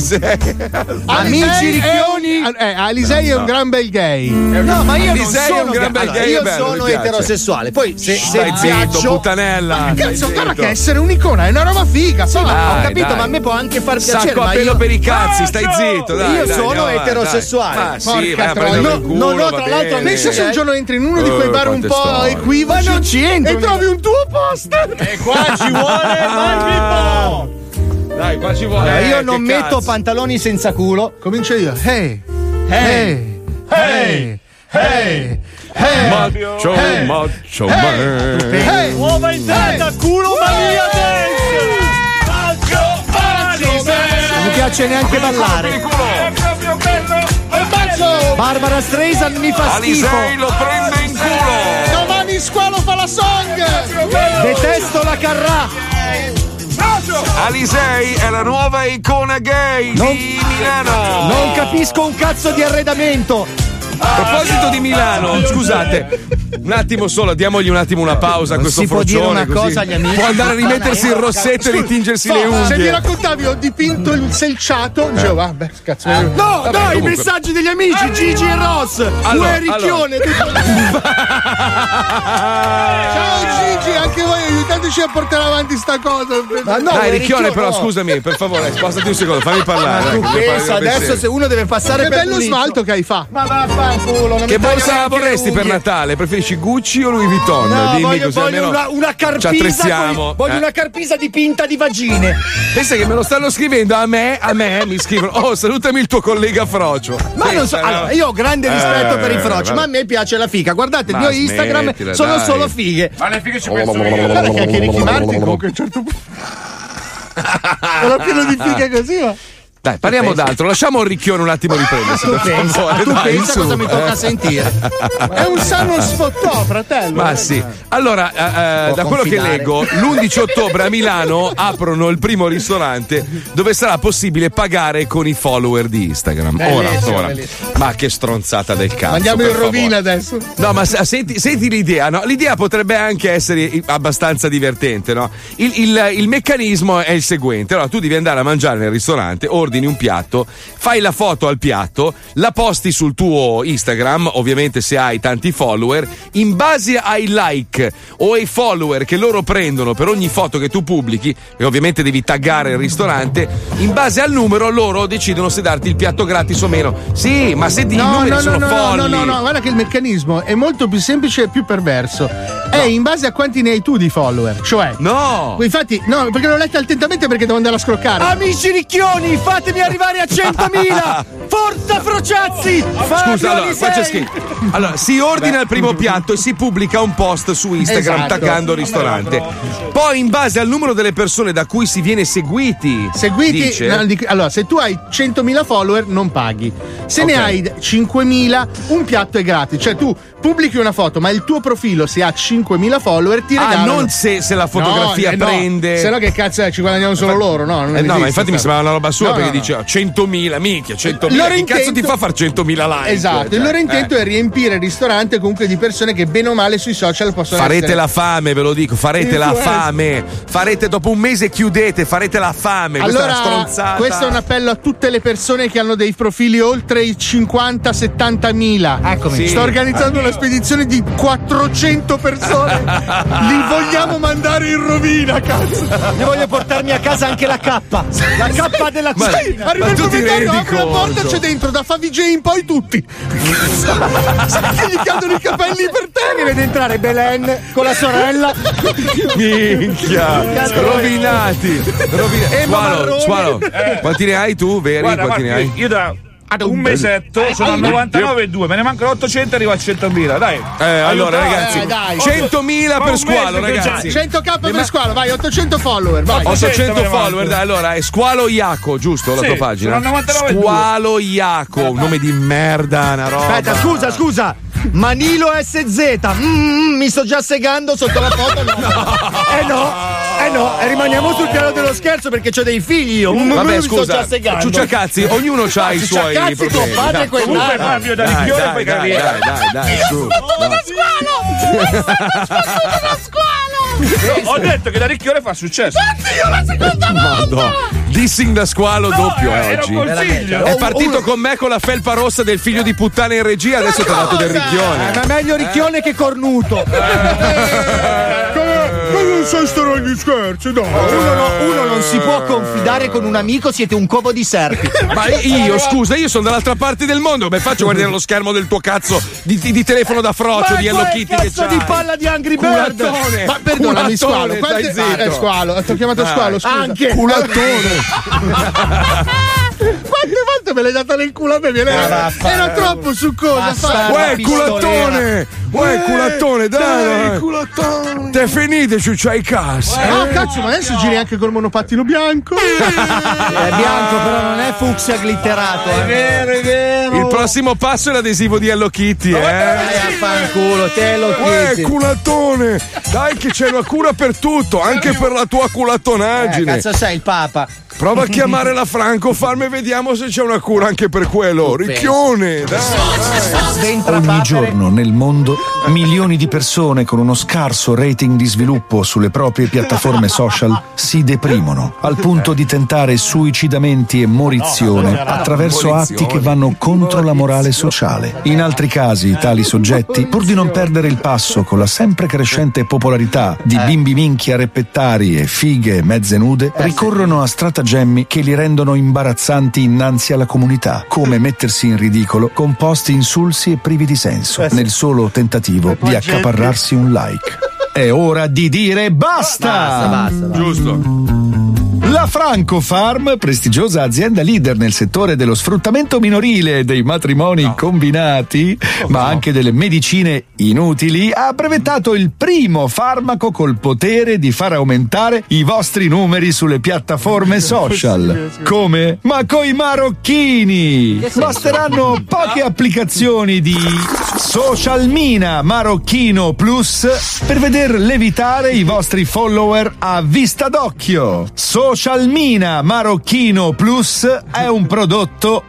Amici ricchioni. Alisei è un gran bel gay. No, ma io non sono un gran bel gay. Io sono eterosessuale. Poi se piaccio, puttanella. Ma cazzo, guarda che essere un'icona è una roba figa. Sì, ma ho Dai, capito, dai. ma a me può anche far piacere. Sacco a ma pelo io... per i cazzi, stai zitto, dai. Io dai, sono andiamo avanti, eterosessuale. dai. Ma sì, Porca vai a troia. prendere il culo, non ho va tra l'altro bene. Pensa se un giorno entri in uno di quei bar un quante po' storie. equivoci, Ma non ci entro. e trovi un tuo poster. E qua ci vuole Marco. Dai, qua ci vuole. Io non che metto cazzo. pantaloni senza culo. Comincio io. Hey, hey, hey, hey, hey. Macho, Hey. macho Hey. man. Hey. Nuova entrata, culo mania dance. Non mi piace neanche ballare. È proprio bello. Barbara Streisand mi fa schifo. Alisei lo prende in culo. Domani Squalo fa la song. Detesto la Carrà. Alisei è la nuova icona gay di Milano. Non capisco un cazzo di arredamento. A proposito di Milano, scusate, un attimo solo, diamogli un attimo una pausa a Non questo si può dire frocione una così. cosa agli amici. Può andare a rimettersi il rossetto e ritingersi le Se mi unghie. raccontavi ho dipinto il selciato, dicevo vabbè, cazzo. No, Vabbè, no, i comunque. messaggi degli amici, Gigi e Ross. Allora, Ricchione. Ciao Gigi, anche voi aiutateci a portare avanti sta cosa. Ma no, Dai, Ricchione, Ricchione, però no. scusami, per favore, spostati un secondo, fammi parlare. Ma dai, tu che devo pensa, parlare adesso se uno deve passare Che per bello pulizio. smalto che hai fa. Ma vaffanculo, non Che mi taglio borsa neanche le vorresti per unghie. Natale? Preferisci Gucci o Louis Vuitton? No, Dimmi voglio, così voglio almeno una ci carpisa. attrezziamo. Voglio una carpisa dipinta di vagine. Pensa che me lo stanno scrivendo a me mi scrivono. Oh, salutami il tuo collega Frocio. Ma non so, Pensa, no? allora, io ho grande rispetto per i froci, vabbè. ma a me piace la figa. Guardate, il Ma mio Instagram smettila, sono dai. solo fighe. Ma le fighe ci penso io. Guarda che anche Ricky Martin comunque a un certo punto. Era pieno di fighe così, ma. Dai, parliamo d'altro, lasciamo il Ricchione un attimo riprendersi. Tu per pensa, favore, tu dai, pensa su. cosa mi tocca sentire. È un sano sfottò, fratello. Ma sì, allora da quello che confidare. leggo, l'11 ottobre a Milano aprono il primo ristorante dove sarà possibile pagare con i follower di Instagram. Bellissimo, Ora, bellissimo. ma che stronzata del cazzo. Andiamo per in favore. rovina adesso. No, ma senti l'idea, no? L'idea potrebbe anche essere abbastanza divertente, no? Il meccanismo è il seguente: allora, tu devi andare a mangiare nel ristorante, ordini un piatto, fai la foto al piatto, la posti sul tuo Instagram, ovviamente se hai tanti follower, in base ai like o ai follower che loro prendono per ogni foto che tu pubblichi, e ovviamente devi taggare il ristorante, in base al numero loro decidono se darti il piatto gratis o meno. Sì, ma se i numeri sono folli. No, guarda che il meccanismo è molto più semplice e più perverso. È in base a quanti ne hai tu di follower. Cioè, no, infatti, no, perché l'ho letta attentamente perché devo andare a scroccare. Amici ricchioni, fatemi arrivare a 100.000! Forza Frociazzi! Scusa, allora, qua c'è scritto. Allora, si ordina il primo piatto e si pubblica un post su Instagram Esatto. taggando il ristorante. Poi, in base al numero delle persone da cui si viene seguiti, dice, allora, se tu hai 100.000 follower, non paghi. Se ne Ok. hai 5.000, un piatto è gratis. Cioè, tu pubblichi una foto, ma il tuo profilo, se ha 5.000 follower, ti regalano. non se la fotografia No, prende. Se no, che cazzo è? Ci guadagnano solo loro, no? Non No, esiste, ma infatti mi sta- sembrava una roba sua No, perché no, no. diceva 100.000, minchia, 100.000. Loro Che cazzo intento- ti fa far 100.000 like? Esatto, il loro intento è riempire il ristorante comunque di persone che bene o male sui social possono Farete essere. la fame, ve lo dico, farete la Influencer. fame. Farete dopo un mese chiudete, farete la fame. Questa è una Allora, stronzata. questo è un appello a tutte le persone che hanno dei profili oltre i 50-70.000. Eccomi. Sì. Sto organizzando una spedizione di 400 persone. Li vogliamo mandare in rovina, cazzo. Io voglio portarmi a casa anche la K. La K della Ma- cucina. Arriva ma il tu ti proprietario, rendi apre la porta, conto? c'è dentro da Favij in poi tutti. Sai che gli cadono i capelli per Mi terra. vede entrare Belen con la sorella. Minchia, rovinati. Marrone. Squalo, quanti ne hai tu, veri? Guarda, Quanti ne hai? io da un mesetto sono al 99,2, me ne mancano 800 e arrivo a 100.000, dai. Allora, ragazzi, dai. 100.000 Ma per un Squalo, mese che ragazzi. 100k per squalo, vai, 800 follower, vai. 800 me ne follower, manco. dai, allora è Squalo Iaco, giusto la Sì, tua pagina? sono 99,2. Squalo Iaco, un nome di merda, una roba. Aspetta, scusa. Manilo SZ. Mi sto già segando sotto la foto. No. Rimaniamo sul piano dello scherzo perché c'ho dei figli io. Vabbè, mi sto scusa, già segando. ciucciacazzi, ognuno ha i suoi Ciucciacazzi, tuo problemi. padre Dai. è quel Comunque nano. Fabio da Ricchione poi carriera. Dai, su. Ho detto che da Ricchione fa successo. Madonna. Dissing da Squalo doppio era oggi. un consiglio. È partito con me con la felpa rossa del figlio di puttana in regia, adesso ti ha dato del Ricchione. Ma meglio Ricchione che cornuto. Ma non sai stare agli scherzi, dai. Uno non si può confidare con un amico, siete un covo di serpi. Ma io sono dall'altra parte del mondo, come faccio a guardare lo schermo del tuo cazzo di telefono da frocio, di Hello Kitty che c'hai? di palla di Angry Bird. Culattone. Ma perdonami, Squalo. Stai zitto. Squalo, ti ho chiamato Squalo, scusa. Anche Quante volte me l'hai data nel culo a me? Era troppo succosa. Uè, culattone! Dai! Culattone! Te finite, ciucciai cassa. Cazzo, ma adesso giri anche col monopattino bianco. È bianco, però non è fucsia glitterato. È vero. Il prossimo passo è l'adesivo di Hello Kitty, Dai a fanculo, te lo chiedi. Culattone! Dai che c'è una cura per tutto, anche per la tua culattonaggine. Cazzo sei il Papa. Prova a chiamare la Franco Farm e vediamo se c'è una cura anche per quello. Ricchione, dai. Ogni giorno nel mondo milioni di persone con uno scarso rating di sviluppo sulle proprie piattaforme social si deprimono al punto di tentare suicidamenti e morizione attraverso atti che vanno contro la morale sociale. In altri casi tali soggetti, pur di non perdere il passo con la sempre crescente popolarità di bimbi minchia reppettari e fighe mezze nude, ricorrono a stratagemmi che li rendono imbarazzanti innanzi alla comunità, come mettersi in ridicolo con post insulsi e privi di senso, nel solo tentativo di accaparrarsi un like. È ora di dire basta! Giusto. La Franco Farm, prestigiosa azienda leader nel settore dello sfruttamento minorile, dei matrimoni combinati, ma anche delle medicine inutili, ha brevettato il primo farmaco col potere di far aumentare i vostri numeri sulle piattaforme social. Come? Ma coi marocchini! Basteranno poche applicazioni di Socialmina Marocchino Plus per veder levitare i vostri follower a vista d'occhio. Socialmina Marocchino Plus è un prodotto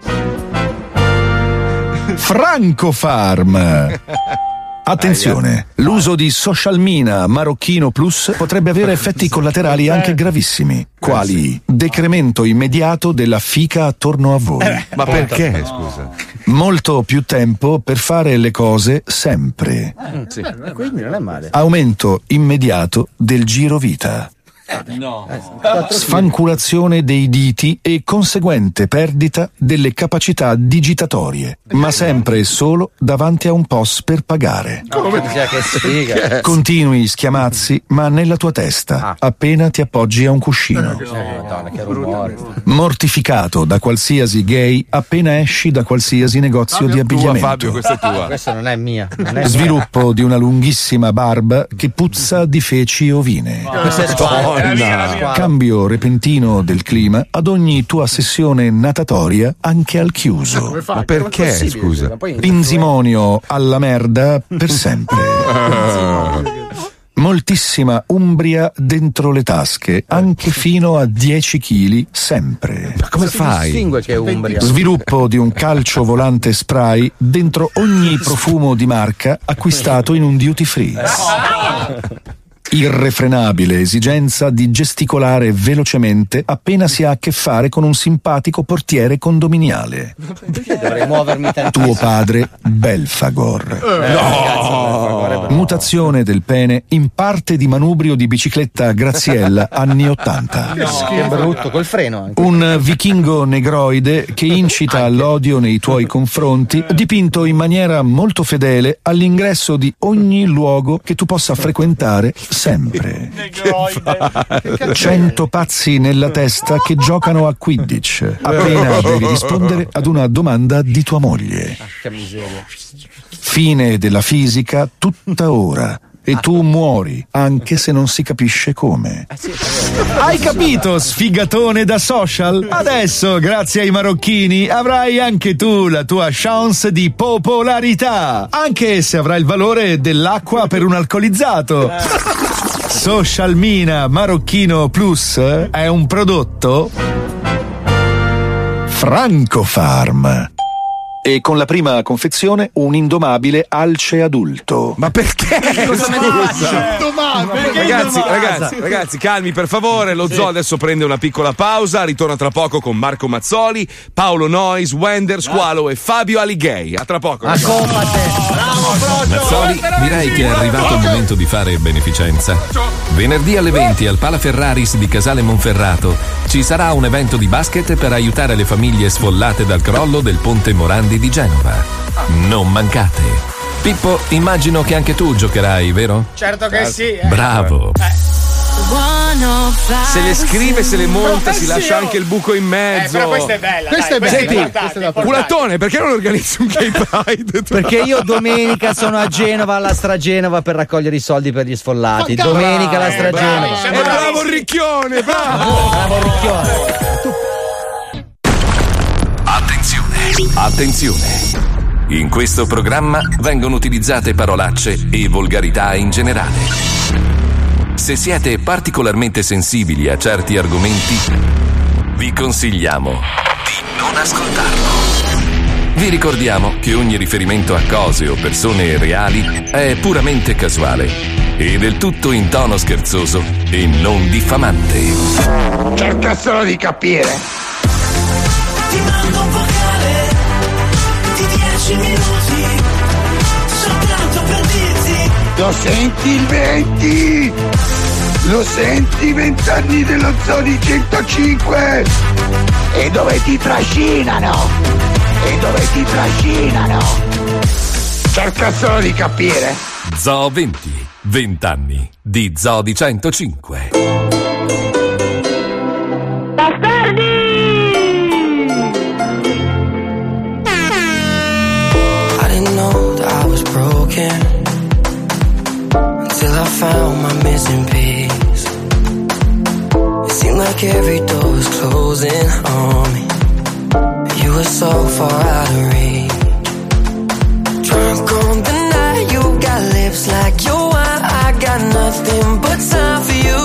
Franco Farm. Attenzione, l'uso di Socialmina Marocchino Plus potrebbe avere effetti collaterali anche gravissimi, quali decremento immediato della fica attorno a voi. Ma perché, scusa? Molto più tempo per fare le cose sempre. Quindi non è male. Aumento immediato del giro vita. No. Sfanculazione dei diti e conseguente perdita delle capacità digitatorie, ma sempre e solo davanti a un POS per pagare. Che sfiga. Continui schiamazzi, ma nella tua testa, appena ti appoggi a un cuscino. Madonna, che rumore. Mortificato da qualsiasi gay appena esci da qualsiasi negozio di abbigliamento. Fabio, questa è tua. Questa non è mia. Sviluppo di una lunghissima barba che puzza di feci ovine. Questa è tua. Cambio repentino del clima ad ogni tua sessione natatoria, anche al chiuso. Ma perché, scusa? Pinzimonio alla merda per sempre. Moltissima umbria dentro le tasche, anche fino a 10 kg sempre. Ma come fai? Distingue che è umbria. Sviluppo di un calcio volante spray dentro ogni profumo di marca acquistato in un duty free. Irrefrenabile esigenza di gesticolare velocemente appena si ha a che fare con un simpatico portiere condominiale. Perché dovrei muovermi tantissimo? Tuo padre Belfagor. No. Mutazione del pene in parte di manubrio di bicicletta Graziella anni 80. Che brutto, col freno anche. Un vichingo negroide che incita all'odio nei tuoi confronti, dipinto in maniera molto fedele all'ingresso di ogni luogo che tu possa frequentare sempre. 100 pazzi nella testa che giocano a Quidditch appena devi rispondere ad una domanda di tua moglie. Che miseria. Fine della fisica tutta ora. E tu muori, anche se non si capisce come. Hai capito, sfigatone da social? Adesso, grazie ai marocchini, avrai anche tu la tua chance di popolarità, anche se avrai il valore dell'acqua per un alcolizzato. Socialmina Marocchino Plus è un prodotto Franco Farm. E con la prima confezione un indomabile alce adulto. Ma perché? Cosa me ne faccio? Ragazzi, calmi per favore. Lo zoo adesso prende una piccola pausa. Ritorna tra poco con Marco Mazzoli, Paolo Noyes, Wender, Squalo e Fabio Alighieri. A tra poco. Mazzoli, direi che è arrivato il momento di fare beneficenza. Venerdì alle 20 al Pala Ferraris di Casale Monferrato ci sarà un evento di basket per aiutare le famiglie sfollate dal crollo del Ponte Morandi di Genova. Non mancate. Pippo, immagino che anche tu giocherai, vero? Certo che sì. Bravo. Se le scrive, se le monta, si lascia anche il buco in mezzo. Però questa è bella. Questa dai, è bella. importante. Culatone, perché non organizzi un gay pride? Perché io domenica sono a Genova, alla Stragenova, per raccogliere i soldi per gli sfollati. Domenica alla Stragenova. Bravo Ricchione, bravo Ricchione. Attenzione. In questo programma vengono utilizzate parolacce e volgarità in generale. Se siete particolarmente sensibili a certi argomenti, vi consigliamo di non ascoltarlo. Vi ricordiamo che ogni riferimento a cose o persone reali è puramente casuale e del tutto in tono scherzoso e non diffamante. Cerca solo di capire. Ti mando un vocale di 10 minuti soltanto per dirti. Lo senti il 20? Lo senti 20 anni dello Zodi 105? E dove ti trascinano? Cerca solo di capire. Zoo 20, 20 anni di Zodi 105. Until I found my missing piece. It seemed like every door was closing on me. You were so far out of reach. Drunk on the night, you got lips like your wine. I got nothing but time for you.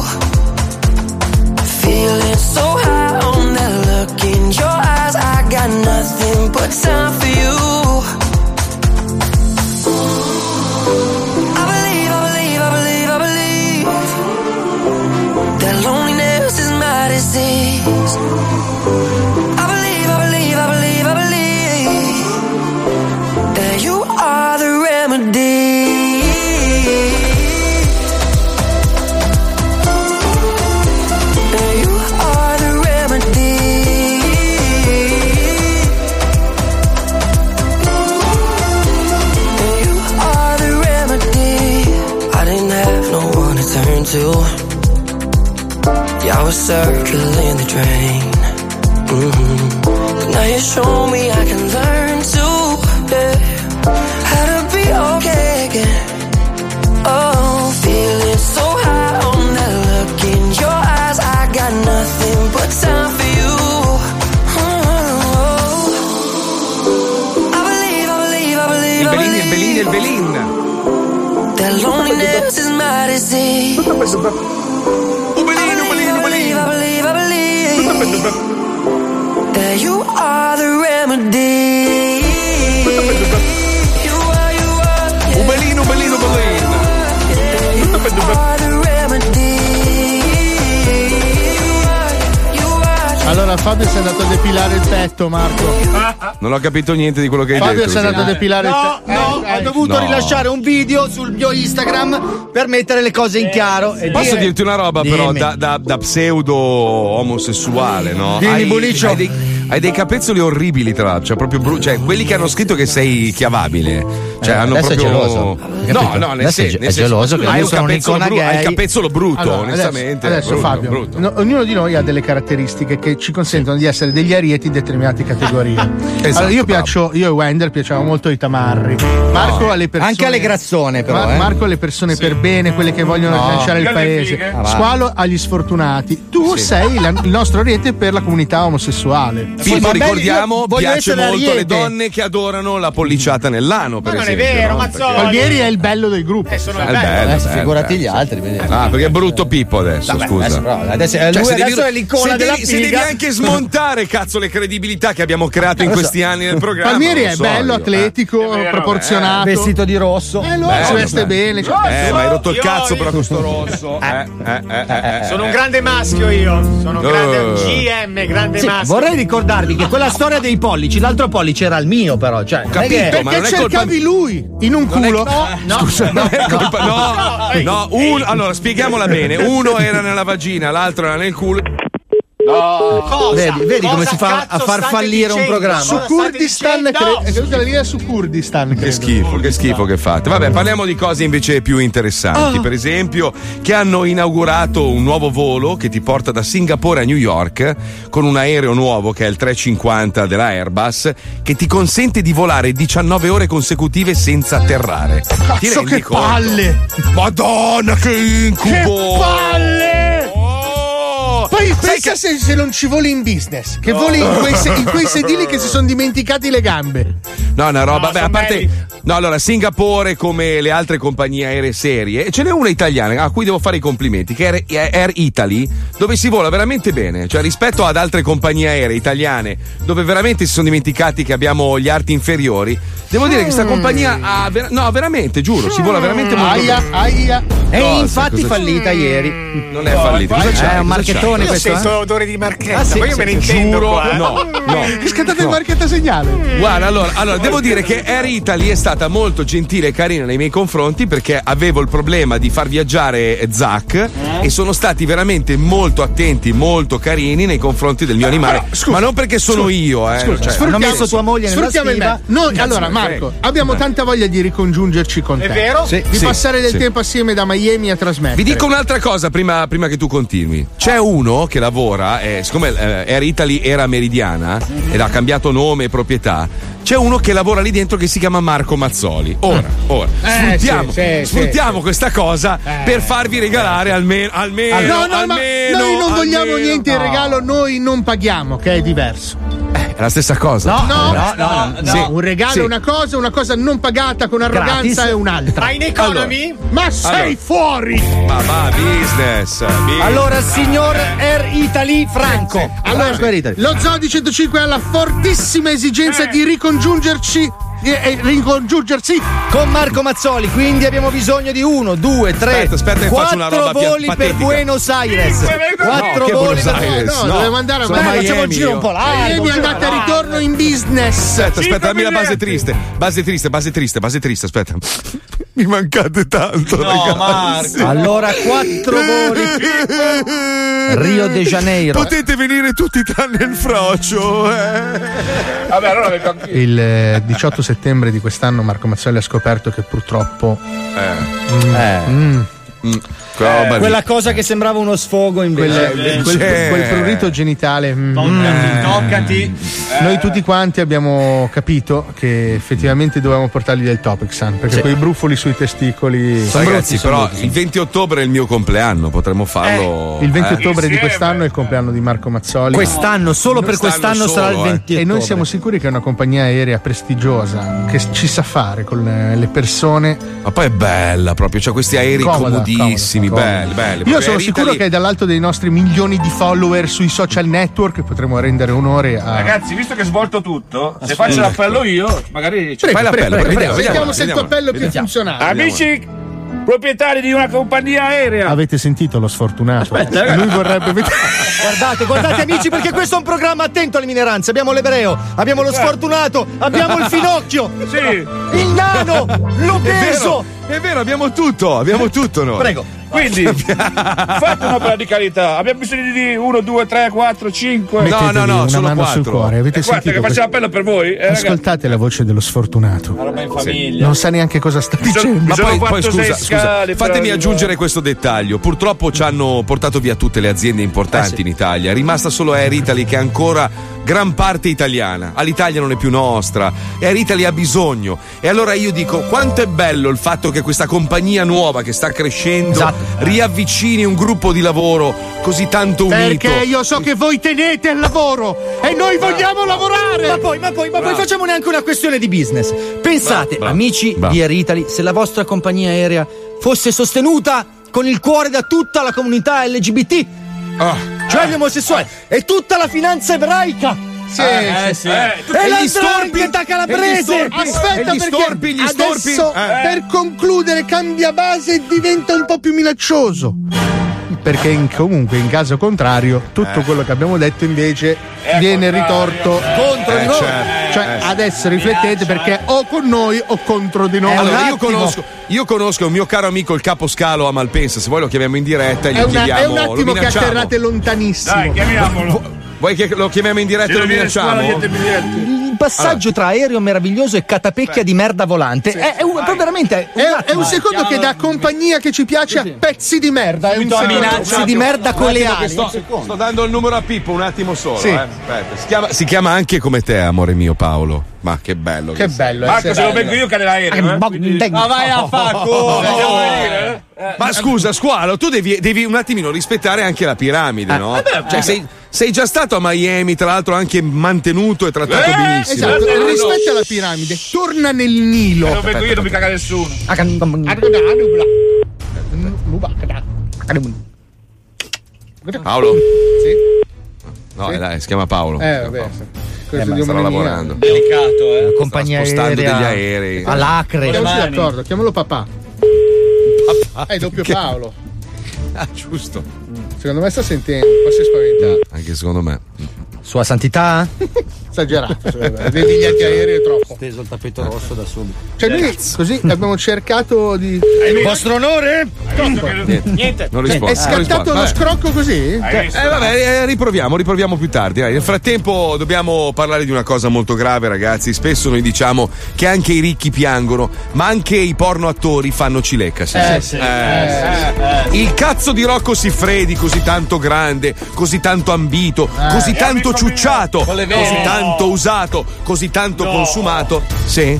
Feeling so high on that look in your eyes. I got nothing but time for you. Loneliness is my disease. I believe that you are the remedy. That you are the remedy. That you are the remedy. I didn't have no one to turn to. Yeah, I was circling the drain. But now you show me I can learn to, yeah, how to be okay again. Oh, feeling so high on that look in your eyes. I got nothing but time for you. I believe il Belin. That loneliness is my disease. I believe that you are the remedy. You are. Belin. You are the remedy. Allora Fabio si è andato a depilare il petto, Marco. Non ho capito niente di quello che hai detto. Fabio si è andato a depilare il petto. Ho dovuto rilasciare un video sul mio Instagram per mettere le cose in chiaro. E Posso dirti una roba, però, da pseudo omosessuale, no? Dimmi, Buliccio. Hai dei capezzoli orribili, tra l'altro. Cioè, proprio cioè, quelli che hanno scritto che sei chiavabile. Cioè, hanno adesso proprio. È geloso. No, nel senso. È geloso che hai un capezzolo brutto, allora, onestamente. Adesso Fabio, brutto. No, ognuno di noi ha delle caratteristiche che ci consentono di essere degli arieti in determinate categorie. Esatto, allora, io e Wender piacciamo molto i tamarri. Marco alle persone. Anche alle grazzone, però. Marco alle persone per bene, quelle che vogliono lasciare il paese. Squalo agli sfortunati. Tu sei il nostro ariete per la comunità omosessuale. Pippo, ricordiamo, voglio piace essere molto alle Ariete. donne che adorano la polliciata nell'ano, per non è esempio. vero, no? Mazzoli. Palmieri è il bello del gruppo. Sono È il bello, figurati gli altri. Vedi. Ah, perché è brutto Pippo adesso, Vabbè, scusa. adesso Cioè, lui se adesso devi- è l'icona se della devi, se devi figa. anche smontare, cazzo, le credibilità che abbiamo creato in questi anni nel programma. Palmieri non è so bello, io, atletico, proporzionato. Vestito di rosso. Lui Bello, si veste bello. bene. Cioè, Ma hai rotto il cazzo però con sto rosso. Sono un grande maschio io. Sono un grande GM, grande Sì, maschio. vorrei ricordarvi che quella storia dei pollici, l'altro pollice era il mio, però. Cioè, Capito, non è che- ma non perché è colpa cercavi lui in un culo? Scusa, non è colpa. No, allora spieghiamola bene. Uno era nella vagina, l'altro era nel culo. Vedi come si fa a far fallire un programma. Su Kurdistan, è caduta la linea su Kurdistan. Che schifo che fate. Vabbè, parliamo di cose invece più interessanti. Per esempio, che hanno inaugurato un nuovo volo che ti porta da Singapore a New York con un aereo nuovo che è il 350 della Airbus, che ti consente di volare 19 ore consecutive senza atterrare. Ti Cazzo, rendi che conto? palle! Madonna, che incubo! Che palle! Poi Sai pensa se non ci voli in business, che voli in quei sedili che si sono dimenticati le gambe. No, una roba, No, beh, a son parte. belli. No, allora, Singapore, come le altre compagnie aeree serie, ce n'è una italiana a cui devo fare i complimenti, che è Air Italy, dove si vola veramente bene. Cioè, rispetto ad altre compagnie aeree italiane, dove veramente si sono dimenticati che abbiamo gli arti inferiori, devo dire che questa compagnia ha. No, veramente, giuro, si vola veramente molto bene. Aia. E Cosa? infatti Cosa- fallita ieri. Non è fallita. Cosa c'è? È un Cosa marchettone Io questo. sento odore di marchetta, Ah, sì, poi io me ne c'è? intendo Giuro, qua. no. Scattate il marchetta segnale. Guarda, allora, devo dire che Air Italy è stata molto gentile e carina nei miei confronti perché avevo il problema di far viaggiare Zac e sono stati veramente molto attenti, molto carini nei confronti del mio animale. Ma non perché sono io, Scusa, cioè, hanno messo tua moglie nella sfruttiamo il stiva. me. Noi, Cazzo allora, me ne Marco, frega. abbiamo tanta voglia di ricongiungerci con te. È vero? Sì, Di sì, passare del sì. tempo assieme da Miami a trasmettere. Vi dico un'altra cosa prima che tu continui. C'è uno che lavora, siccome Air Italy era Meridiana ed ha cambiato nome e proprietà, c'è uno che lavora lì dentro che si chiama Marco Mazzoli. Ora, sfruttiamo questa cosa per farvi regalare almeno. No, ma noi non vogliamo niente in regalo, noi non paghiamo, che è diverso. È la stessa cosa. No. Sì, Un regalo sì. è una cosa non pagata con arroganza Gratis. è un'altra. Ma in economy? Ma sei fuori! Ma va, business. Allora, signor Air Italy Franco. Allora, Franco Air Italy. lo Zoo di 105 ha la fortissima esigenza di ricongiungerci e ricongiungersi Con Marco Mazzoli, quindi abbiamo bisogno di 1, 2, 3, Aspetta che faccio una 4 roba voli per patetica. Buenos Aires. 4 che voli Buenos per Aires? No, dobbiamo andare a Dai, Miami. facciamo un giro un po' largo. Miami è andata e ritorno in business. Aspetta, dammi la base triste. Base triste, aspetta. Mi mancate tanto, ragazzi. Allora 4 voli. Rio de Janeiro. Potete venire tutti tranne il frocio, Vabbè, allora vengo anch'io. Il 18 settembre di quest'anno Marco Mazzoli ha scoperto che purtroppo Quella cosa che sembrava uno sfogo invece. quel prurito genitale. Toccati. Noi tutti quanti abbiamo capito che effettivamente dovevamo portargli del Topexan perché quei brufoli sui testicoli. Ragazzi, però il 20 ottobre è il mio compleanno, potremmo farlo. Il 20 ottobre di quest'anno è il compleanno di Marco Mazzoli. Quest'anno, solo per quest'anno sarà il 20 ottobre. E noi siamo sicuri che è una compagnia aerea prestigiosa che ci sa fare con le persone. Ma poi è bella proprio, c'è questi aerei Comoda, comodissimi, comoda. belli. Io sono sicuro che dall'alto dei nostri milioni di follower sui social network potremo rendere onore a. Ragazzi, visto che è svolto tutto, se faccio l'appello io, magari fai l'appello, Vediamo se il tuo appello più funzionale. Amici proprietari di una compagnia aerea. Avete sentito lo sfortunato? Lui vorrebbe vedere. Guardate amici, perché questo è un programma attento alle minoranze. Abbiamo l'ebreo, abbiamo lo sfortunato, abbiamo il finocchio, il nano, l'obeso. È vero, abbiamo tutto noi. Prego. Quindi fate un'opera di carità. Abbiamo bisogno di 1, 2, 3, 4, 5. No, una sono mano sul 4. cuore. Avete Guarda sentito? che faccio l'appello per voi. Ascoltate la voce dello sfortunato. Una roba in famiglia. Non sa neanche cosa sta dicendo. Ma sono poi fatto scusa, sei scale, fatemi però- aggiungere questo dettaglio. Purtroppo ci hanno portato via tutte le aziende importanti in Italia. È rimasta solo Air Italy che ancora gran parte italiana. All'Italia non è più nostra, Air Italy ha bisogno. E allora io dico, quanto è bello il fatto che questa compagnia nuova che sta crescendo riavvicini un gruppo di lavoro così tanto unito. Perché io so che voi tenete al lavoro e noi vogliamo lavorare. Ma poi facciamo neanche una questione di business. Pensate, amici di Air Italy, se la vostra compagnia aerea fosse sostenuta con il cuore da tutta la comunità LGBT, cioè gli omosessuali e tutta la finanza ebraica. Sì. E l'andrangheta calabrese. Aspetta, perché adesso per concludere cambia base e diventa un po' più minaccioso. Perché comunque in caso contrario tutto quello che abbiamo detto invece viene ritorto contro di noi. Cioè adesso riflettete, perché o con noi o contro di noi. Allora io conosco un mio caro amico il capo scalo a Malpensa, se vuoi lo chiamiamo in diretta e gli chiediamo. È un attimo che atterrate lontanissimo. Dai, chiamiamolo. Vuoi che lo chiamiamo in diretta e lo minacciamo? Il passaggio tra aereo meraviglioso e catapecchia di merda volante è veramente è un secondo che dà compagnia che ci piace a pezzi di merda. È un pezzi di merda con le ali. Sto dando il numero a Pippo un attimo solo. Sì. Aspetta. Si chiama anche come te, amore mio Paolo. Ma che bello. Che bello. Marco, se lo becco io cade l'aereo. Ma vai a fanculo. Ma scusa, Squalo, tu devi un attimino rispettare anche la piramide, no? Cioè, sei già stato a Miami, tra l'altro anche mantenuto e trattato benissimo. Esatto, rispetta la piramide, torna nel Nilo. Se lo becco io non mi caga nessuno. Paolo? Sì. No, dai, si chiama Paolo. Vabbè. Starà lavorando. Delicato, compagnia spostando aerea degli aerei. all'Acre. Siamo d'accordo, chiamalo papà. È doppio Paolo. Ah, giusto. Secondo me sta sentendo, un po' si è spaventato. Anche secondo me. Sua santità? Esagerato. Dei biglietti aerei è troppo. Steso il tappeto rosso da subito. Cioè noi così abbiamo cercato di. Vostro onore? Niente. Non rispondo. È scattato uno scrocco così? Riproviamo più tardi. Dai. Nel frattempo dobbiamo parlare di una cosa molto grave, ragazzi. Spesso noi diciamo che anche i ricchi piangono, ma anche i porno attori fanno cilecca. Il cazzo di Rocco Siffredi, così tanto grande, così tanto ambito, così tanto ciucciato, così tanto usato, così tanto consumato. Sì.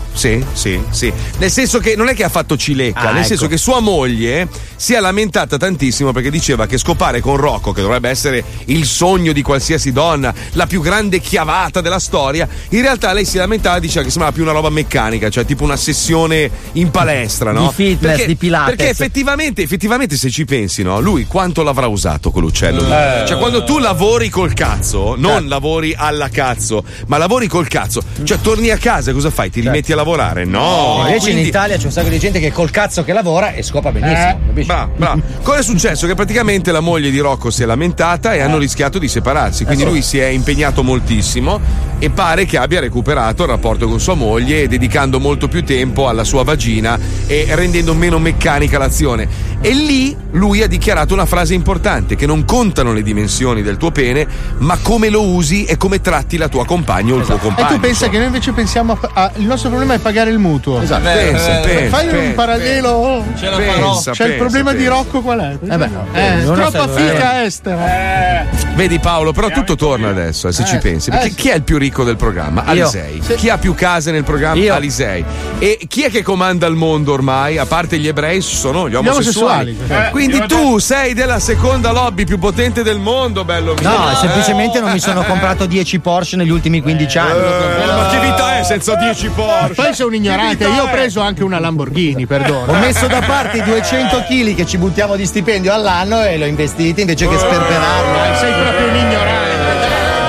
Nel senso che non è che ha fatto cilecca, nel senso che sua moglie si è lamentata tantissimo perché diceva che scopare con Rocco, che dovrebbe essere il sogno di qualsiasi donna, la più grande chiavata della storia, in realtà lei si lamentava, diceva che sembrava più una roba meccanica, cioè tipo una sessione in palestra, no? Di fitness, di Pilates. Perché effettivamente se ci pensi, no? Lui quanto l'avrà usato quell'uccello? Cioè quando tu lavori col cazzo, non lavori alla cazzo, ma lavori col cazzo, cioè torni a casa, cosa fai? Ti rimetti a lavorare? No. Invece in Italia c'è un sacco di gente che col cazzo che lavora e scopa benissimo. Bravo. Cosa è successo? Che praticamente la moglie di Rocco si è lamentata e hanno rischiato di separarsi, quindi lui si è impegnato moltissimo e pare che abbia recuperato il rapporto con sua moglie, dedicando molto più tempo alla sua vagina e rendendo meno meccanica l'azione. E lì lui ha dichiarato una frase importante, che non contano le dimensioni del tuo pene, ma come lo usi e come tratti la tua compagna o il tuo compagno. E tu pensa che noi invece pensiamo il nostro problema è pagare il mutuo. Esatto. Fai un parallelo. Ce la farò. C'è il problema di Rocco qual è? Troppa fica estera. Vedi Paolo, però tutto torna adesso, se ci pensi, perché chi è il più ricco del programma? Alisei. Chi ha più case nel programma? Alisei. E chi è che comanda il mondo ormai? A parte gli ebrei sono gli omosessuali. Quindi tu sei della seconda lobby più potente del mondo, bello mio. No, semplicemente non mi sono comprato 10 Porsche negli ultimi 15 anni. Ma che vita è senza 10 Porsche? Poi sei un ignorante, io ho preso anche una Lamborghini, perdono. Ho messo da parte i 200 kg che ci buttiamo di stipendio all'anno e l'ho investiti invece che sperperarlo. Sei proprio un ignorante.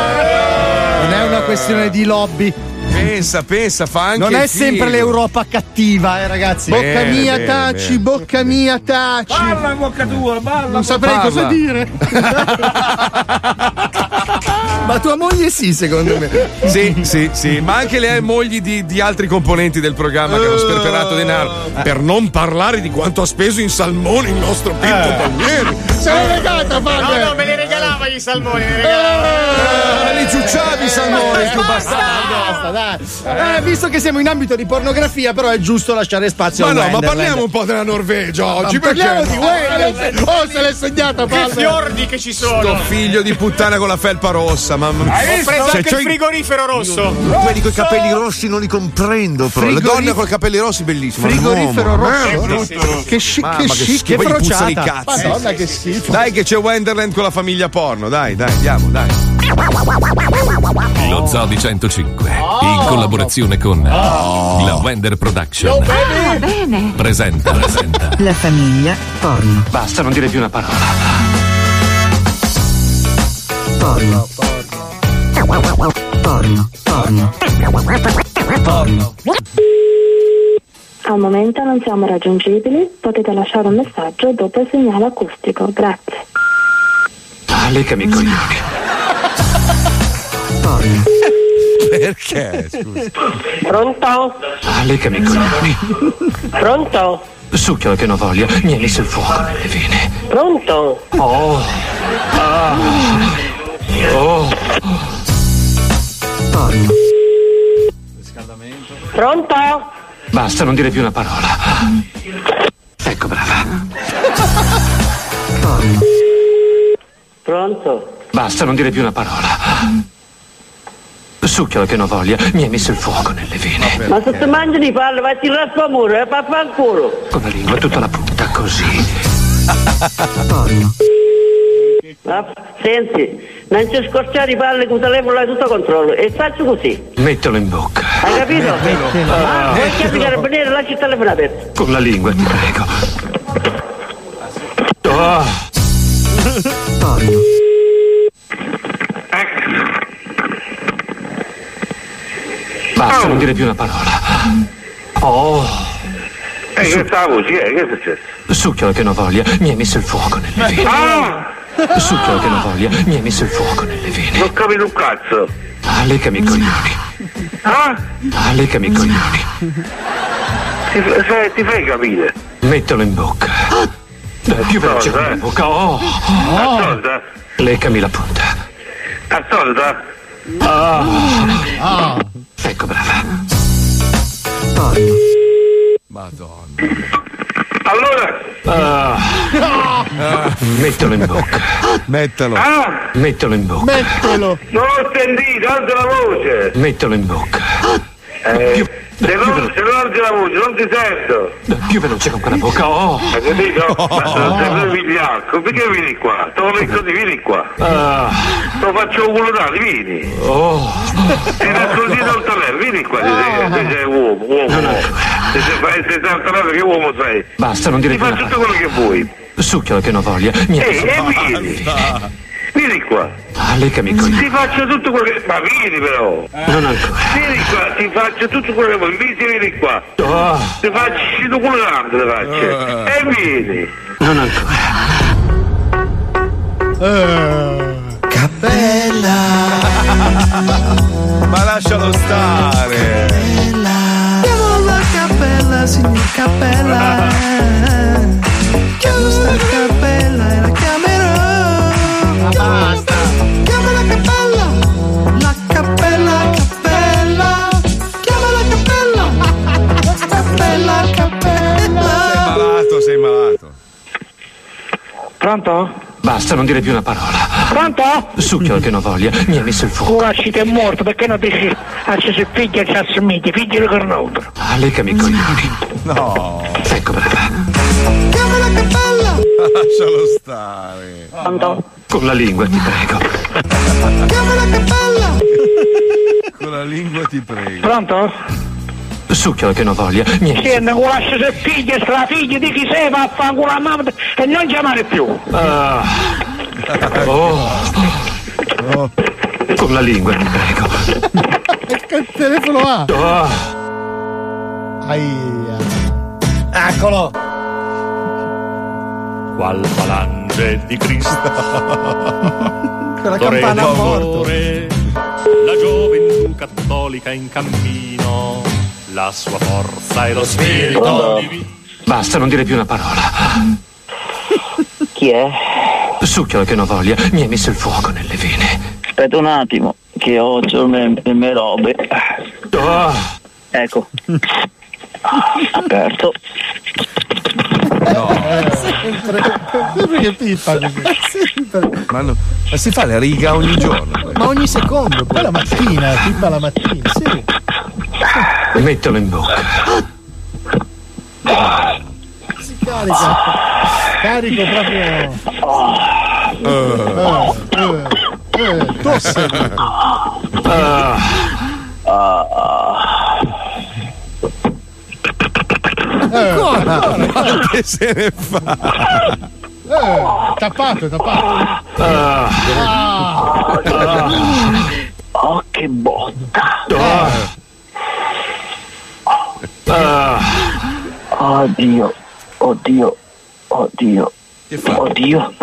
Non è una questione di lobby. Pensa, fa anche. Non è figo. sempre l'Europa cattiva, ragazzi. Bocca mia, taci. Balla in bocca tua, balla. Non saprei cosa dire. Ma tua moglie sì, secondo me. Sì, ma anche le mogli di altri componenti del programma che hanno sperperato denaro. Per non parlare di quanto ha speso in salmone il nostro Pippo Palmieri. Se l'hai legata, No, me li regalava regalava i salmoni. Li ciucciavi i salmoni, tu Basta, dai. Visto che siamo in ambito di pornografia, però è giusto lasciare spazio a ma parliamo un po' della Norvegia oggi. Parliamo di Wendell. Oh, se l'è sognata, Che fiordi che ci sono. Sto figlio di puttana con la felpa rossa, mamma. Ho preso anche il frigorifero rosso. Quelli con i capelli rossi non li comprendo, però. Le donne con i capelli rossi, bellissimo. Frigorifero rosso. Che chic, che poi puzzano i cazzi. Madonna, che schifo. Dai che c'è Wonderland con la famiglia porno, dai, andiamo, dai. Lo Zoo di 105, in collaborazione con la Wender Production, Bene. presenta La famiglia porno. Basta, non dire più una parola. Porno. Al momento non siamo raggiungibili, potete lasciare un messaggio dopo il segnale acustico, grazie. Leccami i coglioni. Perché? Scusa. Pronto? Leccami i coglioni. Pronto? Succhiola che non voglia, mi hai messo il fuoco nelle vene. Pronto? Oh. Pronto? Basta, non dire più una parola. Ecco, brava. Pronto? Basta, non dire più una parola. Succhiola che non voglia, mi hai messo il fuoco nelle vene. Ma se ti mangi di palle vai a tirare a muro, papfanculo. Con la lingua tutta la punta così. Senti, non ci scocciare i palle con il telefono hai tutto controllo e faccio così. Mettilo in bocca. Hai capito? Vuoi chiamare i carabinieri, lascia il telefono aperto. Con la lingua, ti prego. Basta, non dire più una parola. Che sta la voce? Che è successo? Succhiola che non voglia, mi hai messo il fuoco nelle vene. Succhiola che non voglia, mi hai messo il fuoco nelle vene. Non capito un cazzo. Leccami i coglioni. Leccami i coglioni. Ti fai capire? Mettilo in bocca. Dai, più veloce con la bocca. Ascolta. Leccami la punta. Ascolta. Ecco, brava. Madonna. Allora. Mettilo in bocca. Mettilo. Mettilo in bocca. Mettilo. Non ho sentito, alza la voce. Mettilo in bocca. Se non alzi la voce, non ti sento. Più veloce con quella bocca. Hai capito? Ma sei vigliacco, perché vieni qua? Te lo metto di vieni qua. Te lo faccio un culo dati, vieni. Ti nascondito al telefono, vieni qua, ti sei uomo. Se sei al telefono, che uomo sei? Basta, non dire ti più faccio tutto quello che vuoi. Succhiola che non voglia. Vieni. Vieni qua. Leccami i coglioni. Ti faccio tutto quello che... Ma vieni però. Non ancora. Vieni qua, ti faccio tutto quello che vuoi. Vieni qua. Ti faccio tutto quello grande, ti faccio. E vieni. Non ancora. Cappella. Ma lascialo stare. Chiamalo la cappella, signor Cappella. Chiamo sta cappella e la chiamerò. Ma basta. Chiama la cappella. La cappella. Chiama la cappella. Cappella. Sei malato. Pronto? Basta, non dire più una parola. Pronto? Succhiola che non voglia, mi hai messo il fuoco. Lasci te morto, perché non dici se figlia e ci assomigli, figlio con altro. Leccami i coglioni. No. Ecco, brava. Chiama la cappella. Lascialo stare. Pronto? Con la lingua, ti prego. Chiama la cappella. Con la lingua ti prego. Pronto? Succhiola che non voglia, mi hai Sì, non lascia se figlia, se la figlia di chi sei, vaffanculo a mamma e non chiamare più. Con la lingua, ti prego. Che telefono ha? Aia. Eccolo! Qual falange di Cristo. Quella campana a morto. La gioventù cattolica in cammino, la sua forza e lo spirito divino. Basta, non dire più una parola. Chi è? Succhiola che non voglia, mi hai messo il fuoco nelle vene. Aspetta un attimo, che ho le mie robe. Ecco. Aperto. Sempre che pippa. Sempre. Ma si fa la riga ogni giorno. Ma ogni secondo, poi la mattina, pippa la mattina, sì. Mettilo in bocca. Si carica. Carico proprio. Tosse. Ma che se ne fa? Tappato. Oh, che botta. Oddio. Che fa? Oddio.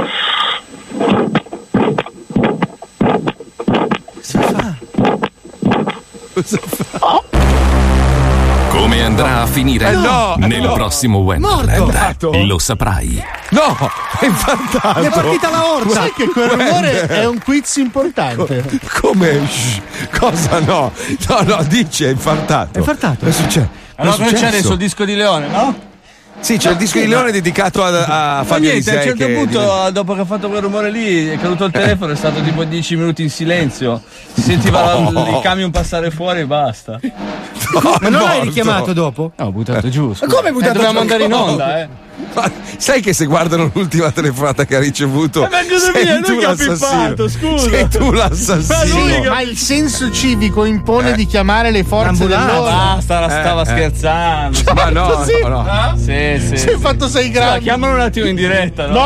Cosa fa? Come andrà a finire nel prossimo Wonderland? Lo saprai. No, è infartato. Mi è partita la orsa. Sai che quel rumore è un quiz importante. Come? Cosa no? No, dice è infartato. È infartato. Cosa succede? Allora cosa c'è adesso il disco di Leone, no? Sì, c'è il disco di Leone dedicato a Fabio Lisei. A un certo punto, dopo che ha fatto quel rumore lì, è caduto il telefono, è stato tipo 10 minuti in silenzio. Si sentiva il camion passare fuori e basta. Ma non l'hai richiamato dopo? No, ho buttato giù. Ma come hai buttato giù? Dovevamo andare in onda, Ma sai che se guardano l'ultima telefonata che ha ricevuto, sei tu l'assassino. Scusa. Sei tu l'assassino. Ma il senso civico impone di chiamare le forze dell'ordine. Basta, stava scherzando. Ma no. Sì. Si è fatto 6 gradi. Chiamalo un attimo in diretta, no?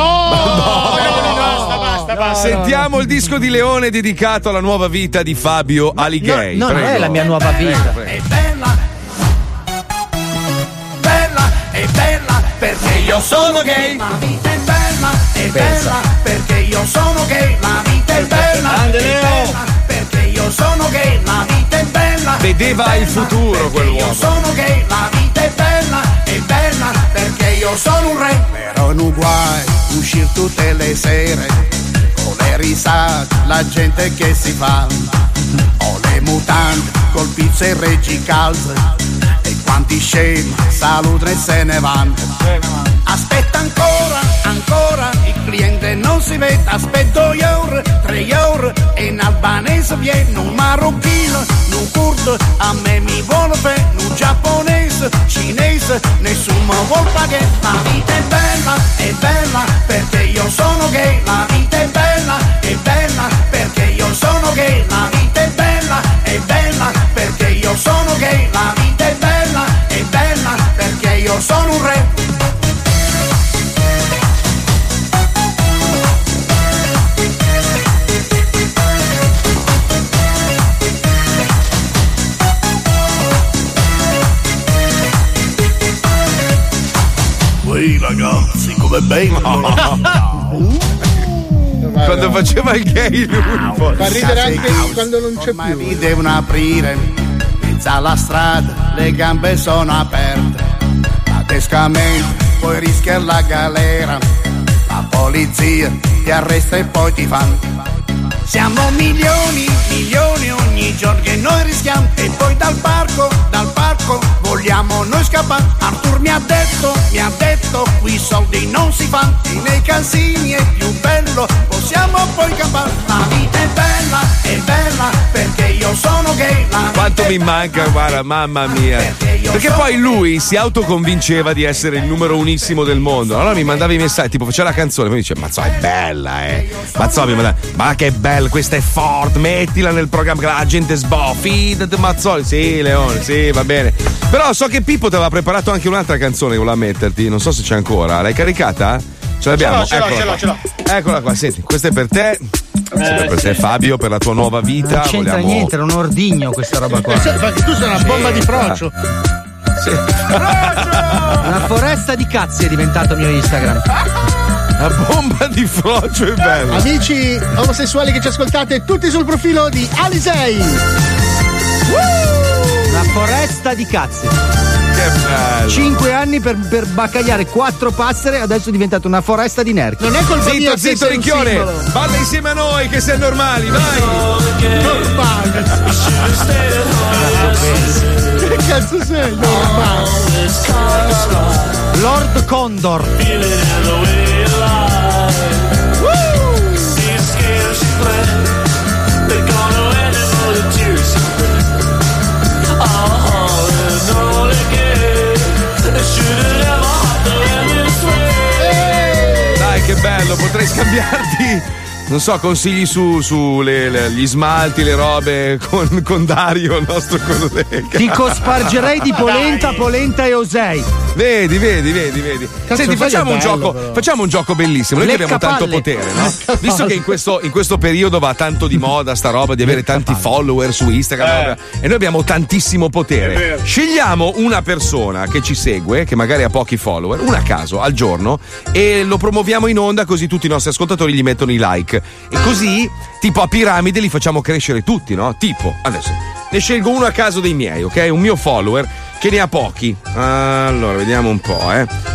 Basta. Sentiamo il disco di Leone dedicato alla nuova vita di Fabio Aligay. Non è la mia nuova vita. È bella perché io sono gay. La vita è bella perché io sono gay. La vita è bella perché io sono gay. La vita è bella. Vedeva il futuro quell'uomo. Io sono gay, la vita è bella perché io sono un re. Però non guai uscire tutte le sere con le risate, la gente che si fa. Ho le mutande col pizza e reggi calze. Quanti scemi salutano e se ne vanno. Aspetta ancora, il cliente non si vede. Aspetta 2 euro, 3 euro e in albanese viene un marocchino, un curdo, a me mi vuole bene, un giapponese, cinese, nessuno vuol pagare. La vita è bella perché io sono gay. La vita è bella perché io sono gay. La vita è bella perché io sono gay. La vita è bella perché io sono un re. Ehi ragazzi, come bello! Quando faceva il gay lui fa ridere anche quando non c'è più. Mi devono aprire, mezza la strada, le gambe sono aperte. Adescamento, poi rischia la galera. La polizia ti arresta e poi ti fanno. Siamo milioni ogni giorno che noi rischiamo. E poi dal parco vogliamo noi scappare. Arthur mi ha detto, qui i soldi non si fanno. E nei casini è più bello, possiamo poi campare. La vita è bella perché io sono gay. Quanto mi manca, guarda, mamma mia. Perché poi lui si autoconvinceva di essere il numero unissimo del mondo. Allora mi mandava i messaggi, tipo faceva la canzone, poi dice, mazzo, è bella, Mazzo, mi mandava, ma che bella, questa è forte, mettila nel programma che la gente fidati, Mazzoli. Sì, Leone, sì, va bene. Però so che Pippo ti aveva preparato anche un'altra canzone che voleva metterti, non so se c'è ancora. L'hai caricata? Ce l'abbiamo? Ce l'ho. Eccola qua, senti, questa è per te. Per te Fabio, per la tua nuova vita. Non c'entra niente, era un ordigno questa roba qua. Perché tu sei una bomba di frocio. Sì. Una foresta di cazzi è diventato il mio Instagram. La bomba di frocio è bella. Amici omosessuali che ci ascoltate, tutti sul profilo di Alisei. Una foresta di cazzi. Che bello. 5 anni per baccagliare 4 passere, adesso è diventata una foresta di nerchi. Non è colpa mia, Zitto, Ricchione, balla insieme a noi che sei normali, vai! Normale. Che cazzo sei? Normale. Lord Condor. Dai, che bello, potrei scambiarti. Non so, consigli su gli smalti, le robe con Dario, il nostro collega. Ti cospargerei di polenta e osei. Vedi. Senti, facciamo un gioco bellissimo. Noi che abbiamo tanto potere, no? Visto che in questo periodo va tanto di moda sta roba di avere tanti follower su Instagram e noi abbiamo tantissimo potere. Scegliamo una persona che ci segue, che magari ha pochi follower, una a caso al giorno, e lo promuoviamo in onda, così tutti i nostri ascoltatori gli mettono i like. E così, tipo a piramide, li facciamo crescere tutti, no? Tipo, adesso ne scelgo uno a caso dei miei, ok? Un mio follower che ne ha pochi. Allora, vediamo un po',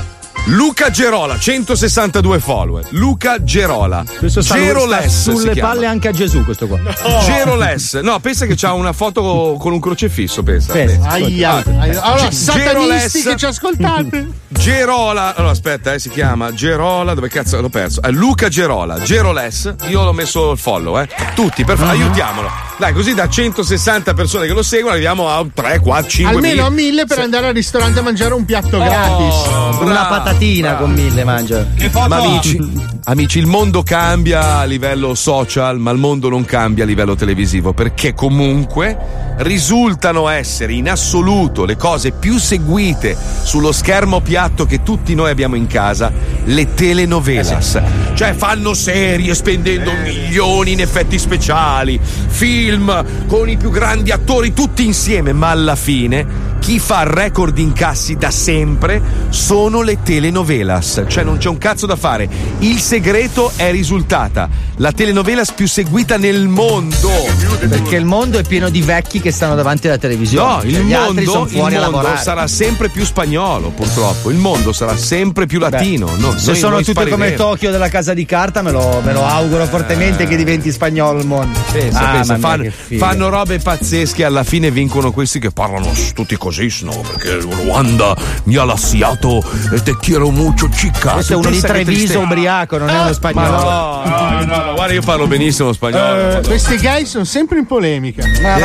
Luca Gerola, 162 follower. Luca Gerola. Questo Geroless sulle palle anche a Gesù, questo qua. Geroless. No, pensa che c'ha una foto con un crocifisso, pensa. Aia. Allora, satanisti che ci ascoltate. Gerola. Allora, aspetta, si chiama Gerola. Dove cazzo l'ho perso? Luca Gerola. Geroless. Io l'ho messo il follow, Tutti, per favore, aiutiamolo. Dai, così da 160 persone che lo seguono arriviamo a 3, 4, 5 almeno a 1000 per andare al ristorante a mangiare un piatto gratis. Una patatina con 1000 mangia. Ma amici, il mondo cambia a livello social, ma il mondo non cambia a livello televisivo, perché comunque risultano essere in assoluto le cose più seguite sullo schermo piatto che tutti noi abbiamo in casa, le telenovelas. Cioè fanno serie spendendo milioni in effetti speciali, film con i più grandi attori tutti insieme, ma alla fine chi fa il record di incassi da sempre sono le telenovelas. Cioè non c'è un cazzo da fare. Il segreto è risultata la telenovelas più seguita nel mondo, perché il mondo è pieno di vecchi che stanno davanti alla televisione. No, il mondo sarà sempre più spagnolo, purtroppo. Il mondo sarà sempre più latino. Se sono tutti come Tokyo della Casa di Carta, me lo auguro fortemente che diventi spagnolo il mondo. Pensa, fanno robe pazzesche, alla fine vincono questi che parlano tutti così, no? Perché Ruanda mi ha lasciato e te quiero mucho, chica. Questo è uno di Treviso ubriaco, non è uno spagnolo. No, guarda, io parlo benissimo spagnolo. Questi gay sono sempre in polemica.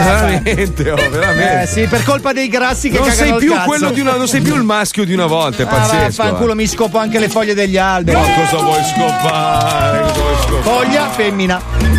Veramente. Sì, per colpa dei grassi che non cagano sei più il cazzo. quello non sei più il maschio di una volta, è pazzesco. Fanculo, mi scopo anche le foglie degli alberi. Ma cosa vuoi scopare? Foglia femmina.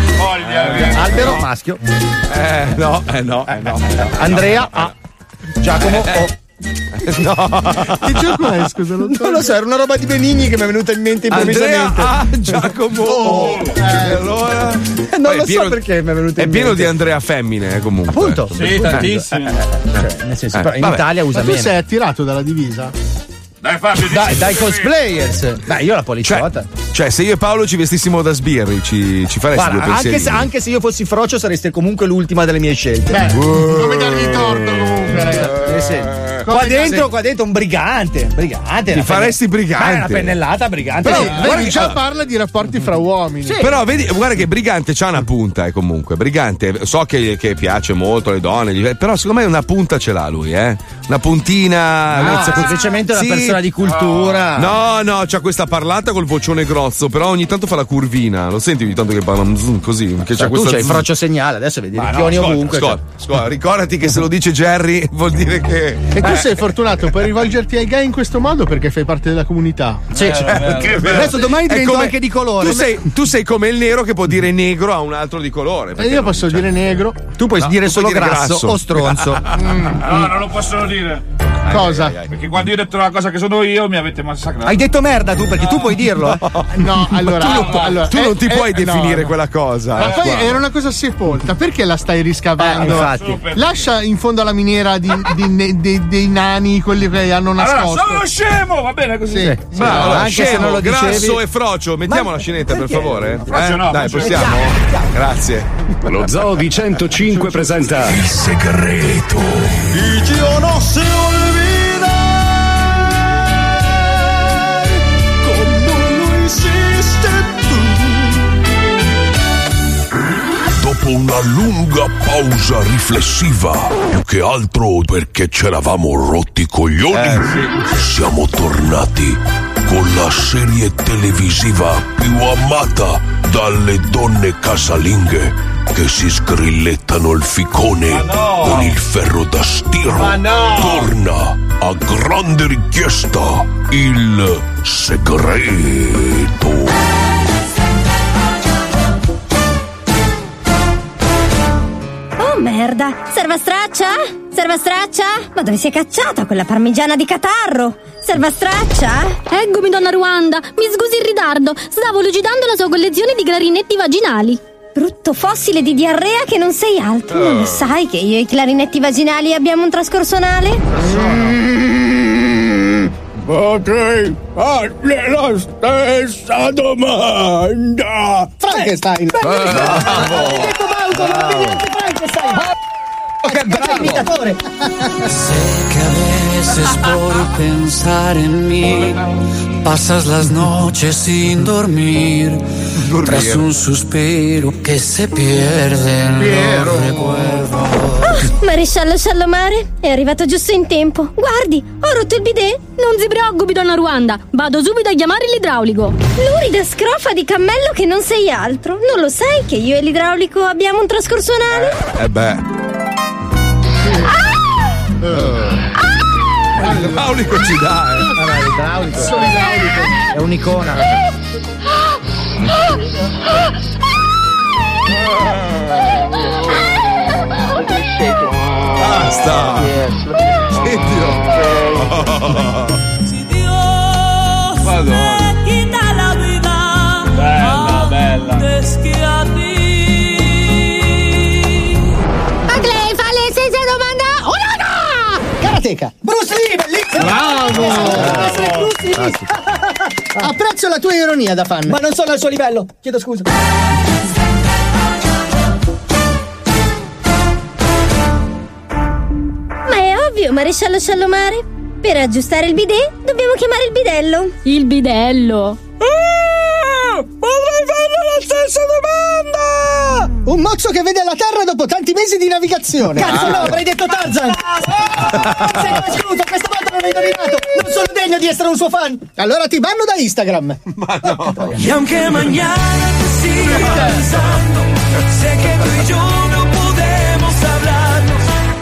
Albero maschio. No. Andrea A. Giacomo O. No. Che gioco è, scusa? Non lo so, era una roba di Benigni che mi è venuta in mente improvvisamente. Andrea A. Giacomo. Allora non lo so perché mi è venuta in mente. È pieno di Andrea femmine, comunque. Appunto. Sì, tantissime. Nel senso, in Italia usa meno. Ma tu meno. sei attirato dalla divisa? Dai Fabio, dai cosplayers. Dai, io la poliziotta. Cioè, se io e Paolo ci vestissimo da sbirri, ci faresti due pensieri. Anche se io fossi frocio, sareste comunque l'ultima delle mie scelte. Come dargli torto comunque, ragazzi. Qua dentro un brigante. Ti faresti brigante. Una pennellata brigante. Però già parla di rapporti fra uomini. Sì. Però vedi, guarda che brigante c'ha una punta, comunque. Brigante, so che piace molto alle donne, però secondo me una punta ce l'ha lui, Una puntina. Semplicemente una persona di cultura. No, c'ha questa parlata col vocione grozzo, però ogni tanto fa la curvina. Lo senti ogni tanto che parla così? Che c'ha questa tu c'hai il frocio segnale, adesso vedi ricchioni ovunque. Ascolta, ricordati che se lo dice Jerry vuol dire che. E tu sei fortunato per rivolgerti ai gay in questo modo perché fai parte della comunità. Sì, adesso domani divento anche di colore. Tu sei come il nero che può dire negro a un altro di colore. E io posso dire negro. Tu puoi dire solo grasso o stronzo. No, non lo possono dire. Cosa? Perché quando io ho detto la cosa che sono io mi avete massacrato. Hai detto merda tu, perché tu puoi dirlo. No, allora tu non ti puoi definire quella cosa. Ma poi era una cosa sepolta, perché la stai riscavando? Infatti. Lascia in fondo alla miniera dei nani, quelli che hanno nascosto. Allora, sono scemo, va bene così. Sì. Ma allora, anche scemo, se non lo dicevi. grasso e frocio, mettiamo la scenetta per favore. No, dai, possiamo? Grazie. Lo Zoo di 105 presenta Il segreto. Y yo no se olvida fatto una lunga pausa riflessiva, più che altro perché c'eravamo rotti i coglioni. Siamo tornati con la serie televisiva più amata dalle donne casalinghe che si sgrillettano il ficone con il ferro da stiro. Torna a grande richiesta Il Segreto. Oh merda, serva straccia? Serva straccia? Ma dove si è cacciata quella parmigiana di catarro? Serva straccia? Eccomi, donna Ruanda, mi scusi il ritardo, stavo lucidando la sua collezione di clarinetti vaginali. Brutto fossile di diarrea che non sei altro. Non lo sai che io e i clarinetti vaginali abbiamo un trascorso anale? Potrei farle la stessa domanda. Frankenstein! Che bravo! Sé que a veces por pensar en mí pasas las noches sin dormir, tras un suspiro que se pierde en los recuerdos. Maresciallo Sciallomare è arrivato giusto in tempo. Guardi, ho rotto il bidet. Non si preoccupi, donna Ruanda, vado subito a chiamare l'idraulico. Lurida scrofa di cammello che non sei altro. Non lo sai che io e l'idraulico abbiamo un trascorso anale? L'idraulico ci dà, l'idraulico. Solo l'idraulico. È un'icona. Basta. Sentilo. Madonna. Bella, bella. Agley, fa le stesse domande. Karateka. Bruce Lee, bellissimo. Bravo. Apprezzo la tua ironia da fan. Ma non sono al suo livello. Chiedo scusa. Ma è ovvio, maresciallo Sciallomare. Per aggiustare il bidet dobbiamo chiamare il bidello. Il bidello? Potrei farle la stessa domanda! Un mozzo che vede la terra dopo tanti mesi di navigazione. Cazzo no, avrei detto Tarzan. Sei cresciuto, questa volta non hai indovinato. Non sono degno di essere un suo fan. Allora ti banno da Instagram. Ma no. Y aunque mañana te siga pensando, sé que tú y yo no podemos hablarnos.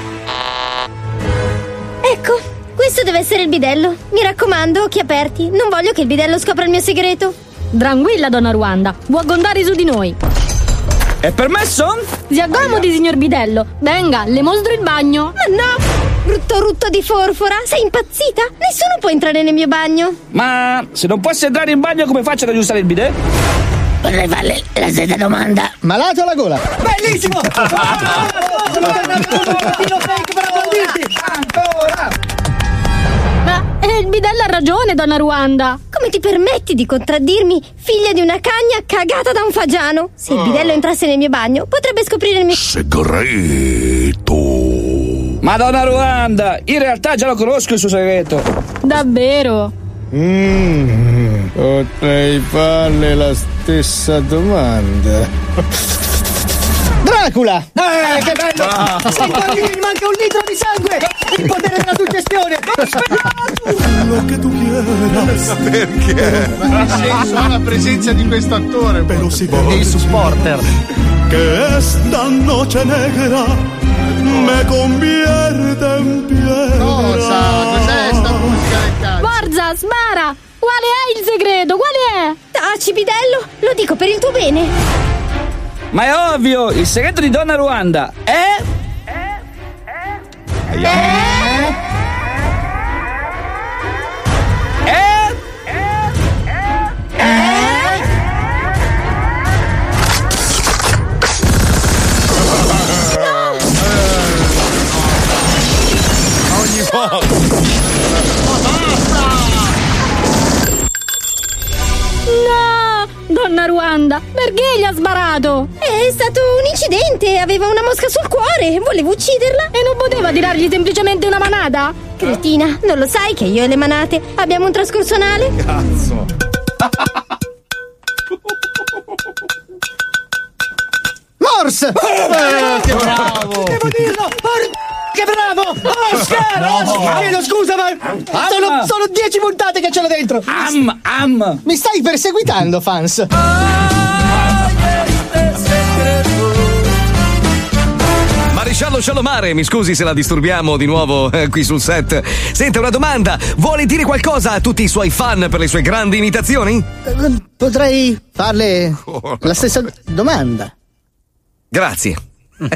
Ecco, questo deve essere il bidello. Mi raccomando, occhi aperti. Non voglio che il bidello scopra il mio segreto. Tranquilla, donna Ruanda, può gondare su di noi. È permesso? Si accomodi, signor bidello. Venga, le mostro il bagno. Ma no! Brutto rutto di forfora, sei impazzita? Nessuno può entrare nel mio bagno. Ma se non posso entrare in bagno, come faccio ad aggiustare il bidet? Vorrei farle la stessa domanda. Malato alla gola. Bellissimo! Ma il bidello ha ragione, donna Ruanda. Come ti permetti di contraddirmi, figlia di una cagna cagata da un fagiano? Se il bidello entrasse nel mio bagno, potrebbe scoprire il mio segreto. Ma donna Ruanda, in realtà già lo conosco il suo segreto. Davvero? Potrei farle la stessa domanda. Dracula! Che bello! Sento lì, mi manca un litro di sangue! Il potere della suggestione! Quello che tu quieras. Perché? Ma senso la presenza di questo attore? Però si dei supporter. Che esta noche negra me convierte en piedra. Cosa? Cos'è sta musica del cazzo? Forza, spara! Quale è il segreto? Qual è? Taci, bidello! Lo dico per il tuo bene! Ma è ovvio, il segreto di donna Ruanda è... Ogni volta. No! Donna Ruanda, perché gli ha sparato? È stato un incidente, aveva una mosca sul cuore, volevo ucciderla. E non poteva tirargli semplicemente una manata? Cretina, non lo sai che io e le manate abbiamo un trascorso anale? Morgan! Force! Che bravo! Devo dirlo! Che bravo! Oscar! Chiedo scusa, ma sono 10 puntate che ce l'ho dentro! Mi stai perseguitando, fans! Maresciallo Scialomare, mi scusi se la disturbiamo di nuovo qui sul set. Senta, una domanda: vuole dire qualcosa a tutti i suoi fan per le sue grandi imitazioni? Potrei farle la stessa domanda. Grazie. El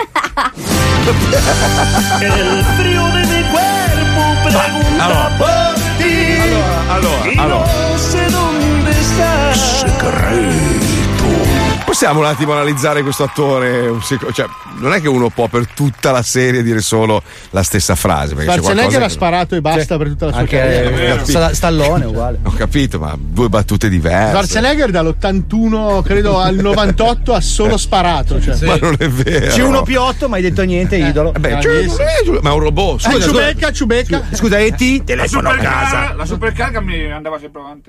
frío de mi cuerpo pregunta por ti. Y no sé dónde estás. Possiamo un attimo analizzare questo attore? Cioè, non è che uno può per tutta la serie dire solo la stessa frase. Schwarzenegger ha sparato e basta per tutta la sua carriera. Stallone uguale. Ho capito, ma due battute diverse. Schwarzenegger dall'81 credo al 98 ha solo sparato. Cioè. Ma non è vero. C1P8, ma hai detto niente, idolo. Ma è un robot. Ciubecca. Scusa, E.T. Telefono a casa. La supercar mi andava sempre avanti.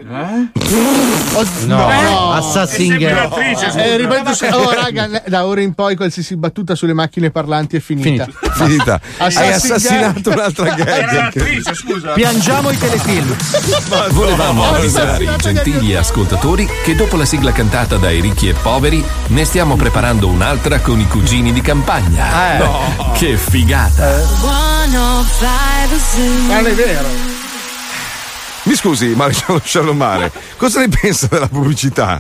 No. Assassin Girl. Ripeto, raga, da ora in poi qualsiasi battuta sulle macchine parlanti è finita. Hai assassinato un'altra gag. Scusa. Piangiamo i telefilm. Volevamo avvisare i gentili ascoltatori che dopo la sigla cantata dai ricchi e poveri ne stiamo preparando un'altra con i cugini di campagna. No. Che figata. Non è vero. Mi scusi, Maresciallo Scialomare, cosa ne pensa della pubblicità?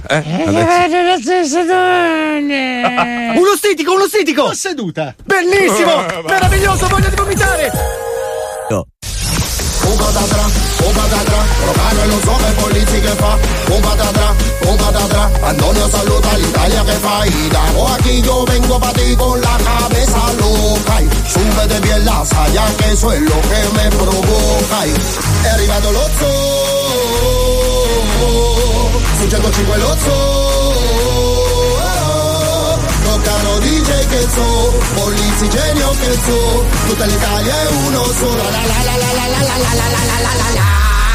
Uno stitico! Seduta. Bellissimo! Meraviglioso, voglio di vomitare! Un patatras, Rocano e lo so che polizi che fa. Un patatras, Antonio saluta l'Italia que fa. Y dago aquí yo vengo pa' ti con la cabeza loca. Súbete bien la saya que eso es lo que me provoca. È arrivato lo zoo, su 105 lo zoo. Toccano DJ che so, Polizzi genio che so. Tutta l'Italia è uno solo. La la la la la la la la la la la la.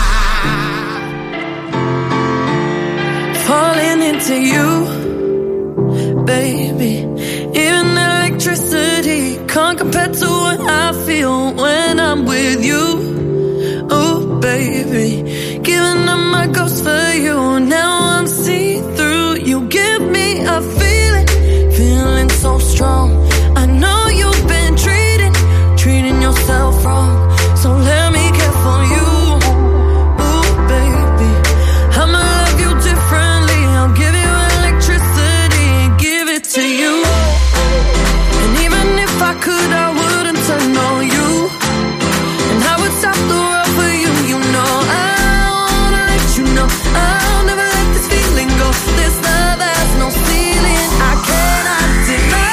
Falling into you, baby. Even electricity can't compare to what I feel when I'm with you. Oh, baby, giving up my ghost for you. Now I'm see-through. You give me a feeling so strong. I know you've been treating yourself wrong. So let me care for you. Ooh, baby, I'ma love you differently. I'll give you electricity, give it to you. And even if I could, I wouldn't turn on you. And I would stop the world for you. You know I wanna let you know I'll never let this feeling go. This love has no ceiling. I cannot deny.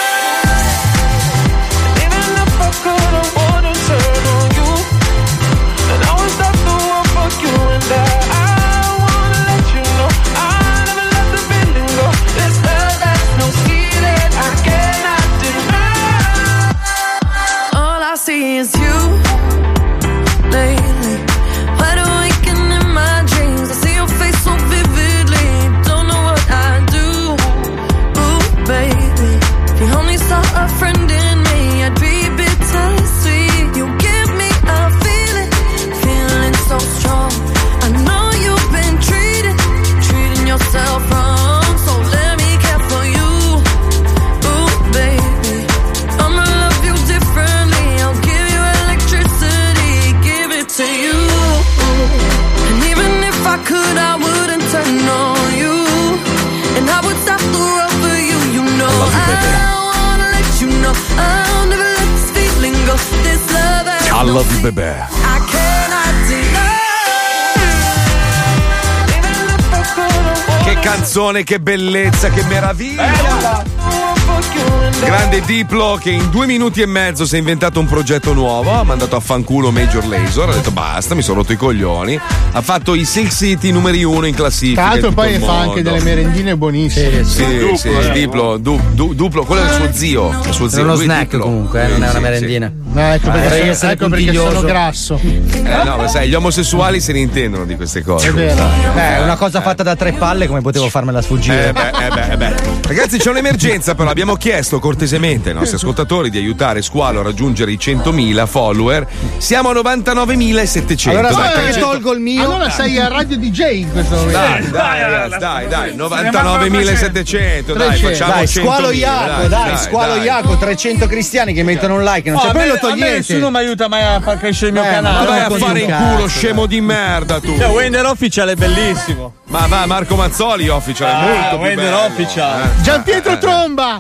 Even if I could, I wouldn't turn on you. And I would stop the world for you. And I wanna let you know I'll never let the feeling go. This love has no ceiling. I cannot deny. All I see is you lately. Wide awake and in my dreams, I see your face so vividly. Don't know what I do. Ooh, baby, if you only saw a friend in me, I'd be bittersweet. You give me a feeling so strong. I know you've been treating yourself wrong. So let me care for you. Ooh, baby, I'ma love you differently. I'll give you electricity, give it to you. And even if I could, I wouldn't turn on you. And I would stop the world for you. You know I wanna let you know I'll never let this feeling go. This love has I no love you, ceiling. baby. I cannot deny. Che canzone, che bellezza, che meraviglia! Grande Diplo che in 2 minuti e mezzo si è inventato un progetto nuovo, ha mandato a fanculo Major Lazer, ha detto basta, mi sono rotto i coglioni, ha fatto i Silk City numeri 1 in classifica. Tra l'altro in poi tutto il fa mondo. anche delle merendine buonissime. Sì, Diplo, Duplo, quello è il suo zio. Il suo zio, È uno lui snack Diplo. comunque, non è una merendina. Ecco perché, essere ecco perché puntiglioso. sono grasso. No, ma sai, gli omosessuali se ne intendono di queste cose. È vero. Una cosa fatta da 3 palle, come potevo farmela sfuggire? Beh. Ragazzi, c'è un'emergenza, però abbiamo abbiamo chiesto cortesemente ai nostri ascoltatori di aiutare Squalo a raggiungere i 100.000 follower. Siamo a 99.700. Allora aspetta dai, che tolgo il mio. Allora sei a Radio DJ in questo momento. Dai, 99.700. Dai, facciamo dai, 100.000. Squalo Iaco, Squalo Iaco, 300 cristiani che mettono un like, non c'è quello togliente. Nessuno mi aiuta mai a far crescere il mio canale. Ma vai a fare in culo, scemo di merda tu. Wender Official è bellissimo. Ma va, Marco Mazzoli Official è molto più Wender bello. Official. Gianpietro Tromba.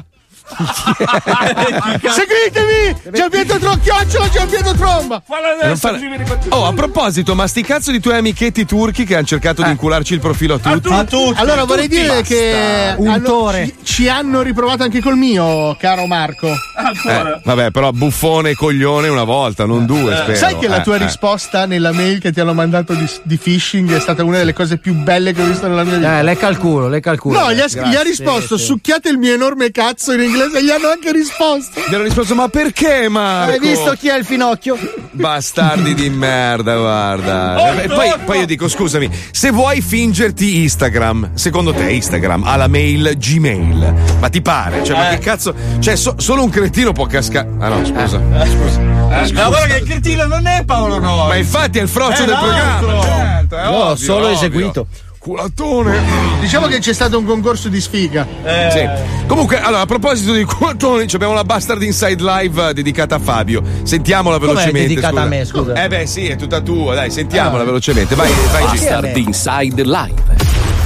Seguitemi! Gianpietro Tromba! Oh, a proposito, ma sti cazzo di tuoi amichetti turchi che hanno cercato di incularci il profilo a tutti? Allora vorrei dire che ci hanno riprovato anche col mio, caro Marco. Vabbè, però buffone e coglione una volta, non due, spero. Sai che la tua risposta nella mail che ti hanno mandato di phishing è stata una delle cose più belle che ho visto nella mia vita? Lecca il culo. No, gli ha risposto, succhiate il mio enorme cazzo in inglese, gli hanno anche risposto. Gli hanno risposto, ma perché, Marco? Hai visto chi ha il finocchio? Bastardi di merda, guarda. Poi io dico, scusami, se vuoi fingerti Instagram, secondo te Instagram ha la mail Gmail? Ma ti pare? Cioè, ma che cazzo? Cioè, solo un cretino può cascare. Ah no, scusa. Ma guarda che il cretino non è Paolo Nois. Ma infatti è il frocio del programma. Certo, è l'ho ovvio, solo eseguito. Culatone. Diciamo che c'è stato un concorso di sfiga. Sì. Comunque, allora, a proposito di culatoni, abbiamo la Bastard Inside Live dedicata a Fabio. Sentiamola velocemente. Com'è dedicata a me, scusa? Beh, sì, è tutta tua. Dai, sentiamola velocemente. Vai, Bastard Inside Live.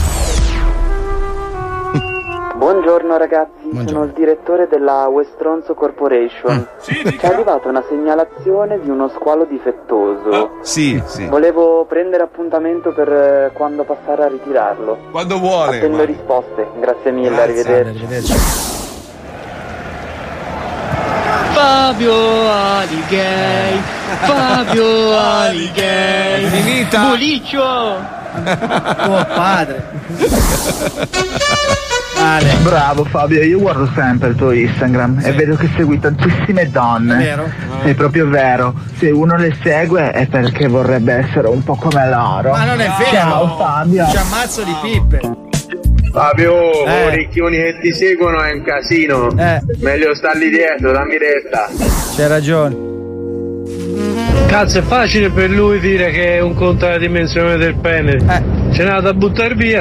Buongiorno ragazzi, sono il direttore della Westronzo Corporation. Ci è arrivata una segnalazione di uno squalo difettoso. Sì. Volevo prendere appuntamento per quando passare a ritirarlo. Quando vuole. Attendo risposte, grazie mille, arrivederci. Fabio Aligay, Fabio Aligay. È finita. Buliccio. Tuo padre. Bravo Fabio, io guardo sempre il tuo Instagram e vedo che segui tantissime donne. È vero? È proprio vero. Se uno le segue è perché vorrebbe essere un po' come loro. Ma non è vero. Ciao Fabio. Ci ammazzo di pippe. Fabio, orecchioni che ti seguono è un casino. Meglio starli dietro, dammi retta. C'hai ragione. Cazzo, è facile per lui dire che è un conto alla dimensione del pene. Ce n'ha da buttare via.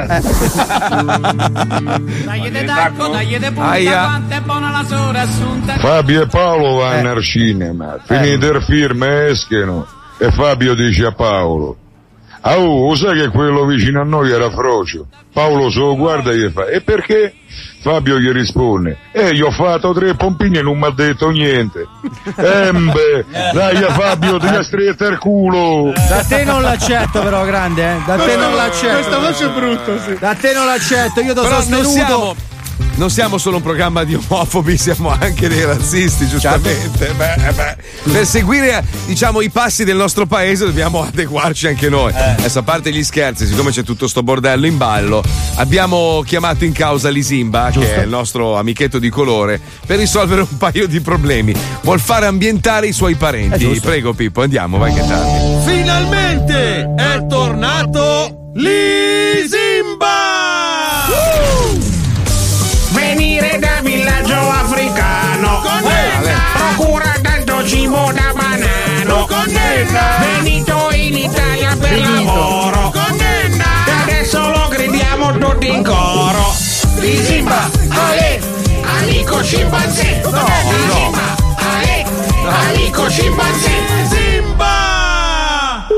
Dai de tacco, dai de punta, quanto è buona la sora assunta. Fabio e Paolo vanno al cinema, finite il film escono e Fabio dice a Paolo: oh, sai che quello vicino a noi era Frocio? Paolo se lo guarda e gli fa: e perché? Fabio gli risponde: gli ho fatto 3 pompini e non mi ha detto niente. Dai Fabio, ti ha stretto il culo. Da te non l'accetto però, grande, Da te non l'accetto. Questa voce è brutta, sì. Da te non l'accetto, io t'ho sostenuto. Non siamo solo un programma di omofobi, siamo anche dei razzisti, giustamente. Per seguire, diciamo, i passi del nostro paese dobbiamo adeguarci anche noi. Adesso, a parte gli scherzi, siccome c'è tutto sto bordello in ballo, abbiamo chiamato in causa Lisimba, che è il nostro amichetto di colore, per risolvere un paio di problemi. Vuol fare ambientare i suoi parenti. Prego Pippo, andiamo, vai che tardi. Finalmente è tornato Lisimba! Venire da villaggio africano, procura tanto cibo da banano, venito in Italia per lavoro, e adesso lo gridiamo tutti in coro. Lisimba, ale, amico scimpanzé, Lisimba, ale, amico scimpanzé, Lisimba!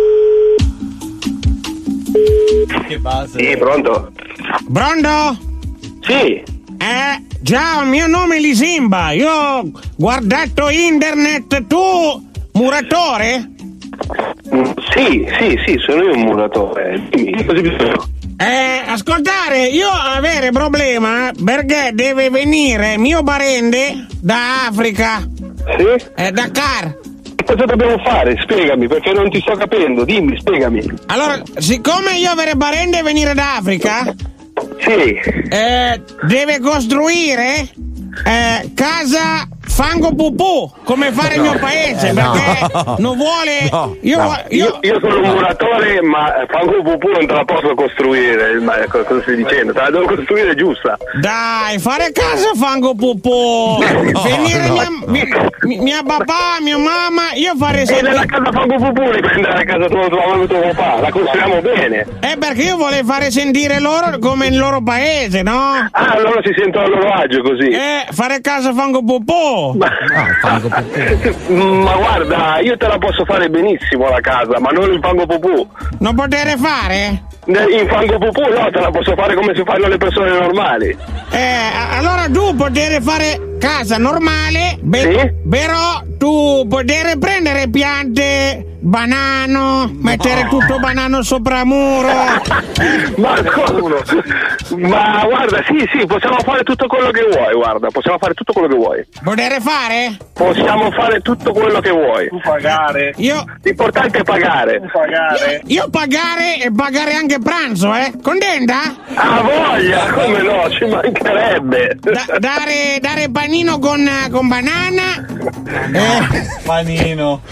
Che base. Sì, pronto? Pronto? Sì. Ciao, il mio nome è Lisimba. Io ho guardato internet. Tu, muratore? Sì, sono io un muratore. Dimmi, cosa bisogna? Ascoltare, io avere problema perché deve venire mio parente da Africa. Sì? Dakar. Cosa dobbiamo fare? Spiegami, perché non ti sto capendo. Dimmi, spiegami. Allora, siccome io avere parente venire da Africa... Sì. Deve costruire casa fango pupù, come fare il mio paese, perché non vuole. Io sono un muratore, ma fango pupù non te la posso costruire. Ma cosa stai dicendo? Te la devo costruire giusta. Dai, fare casa fango pupù. Venire mia papà, mia mamma, io farei sempre. E nella casa fango pupù riprendere la casa tua mamma e tuo papà, la costruiamo bene. Perché io volevo fare sentire loro come il loro paese, no? Ah, loro si sentono a loro agio così. Fare casa fango pupù. Ma guarda, io te la posso fare benissimo la casa, ma non il fango pupù. Non potere fare? In fango pupù no, te la posso fare come si fanno le persone normali. Allora tu potere fare casa normale, però tu potere prendere piante, banano, mettere tutto banano sopra muro. Ma guarda, sì, possiamo fare tutto quello che vuoi, guarda, possiamo fare tutto quello che vuoi. Potere fare? Possiamo fare tutto quello che vuoi. Tu pagare. L'importante è pagare. Io pagare e pagare anche pranzo, contenta? Ah, voglia, come no, ci mancherebbe. Dare panino con banana. Panino.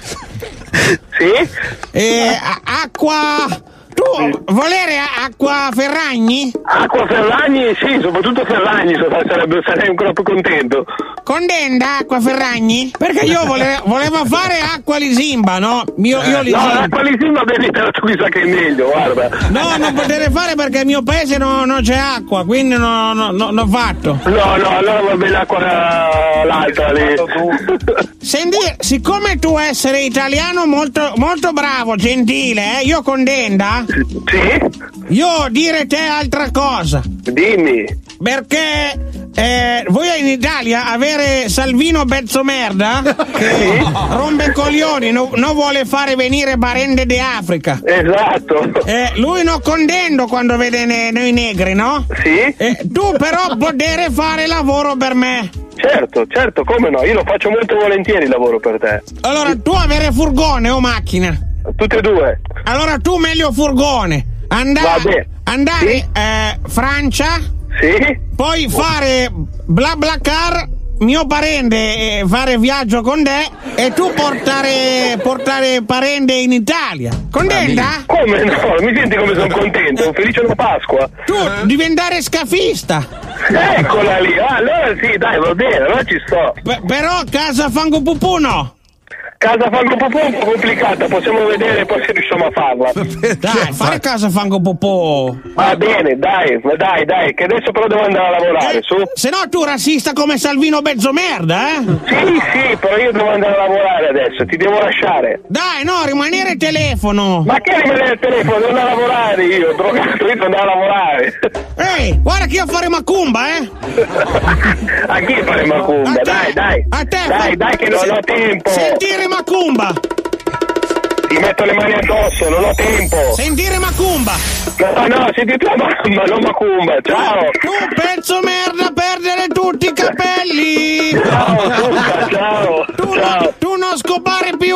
Sì? Acqua. Tu volere acqua Ferragni? Acqua Ferragni, sì, soprattutto Ferragni, sarei ancora più contento. Contenta acqua Ferragni? Perché io volevo fare acqua Lisimba, no? Io Lisimba. No, acqua Lisimba bevitela tu, mi sa che è meglio, guarda. No, non potere fare perché il mio paese non c'è acqua, quindi non ho fatto. No, allora va bene l'acqua l'altra lì. Senti, siccome tu essere italiano molto, molto bravo, gentile, io contenta? Sì? Io dire te altra cosa. Dimmi. Perché voi in Italia avere Salvino pezzo merda che rompe coglioni, non vuole fare venire parente di Africa. Esatto. Lui non contento quando vede noi negri, no? Sì. Tu però potere fare lavoro per me. Certo, come no? Io lo faccio molto volentieri il lavoro per te. Allora, tu avere furgone o macchina? Tutte e due. Allora tu meglio furgone. Andare sì. Francia. Sì. Poi fare BlaBlaCar, mio parente, fare viaggio con te e tu portare parente in Italia. Contenta? Come no? Mi senti come sono contento? Felice una Pasqua. Tu diventare scafista. Eccola lì. Allora sì, dai, va bene, allora ci sto. Però casa fango pupù no. Casa fango popò è un po' complicata, possiamo vedere poi se riusciamo a farla. Dai, fare casa fango popò. Va bene, dai, che adesso però devo andare a lavorare, su. Se no tu razzista come Salvino mezzo merda, Sì, però io devo andare a lavorare adesso, ti devo lasciare. Dai, no, rimanere telefono. Ma che rimanere il telefono? Devo andare a lavorare io, drogato, io devo andare a lavorare. Ehi, guarda che io fare macumba, A chi fare macumba? Dai. A te. Dai, che non ho tempo. Sentire macumba. Ti metto le mani addosso, non ho tempo. Sentire macumba. No, senti tua mamma, non macumba. Ciao. Tu pezzo merda, perdere tutti i capelli. Ciao. Tu non scopare più.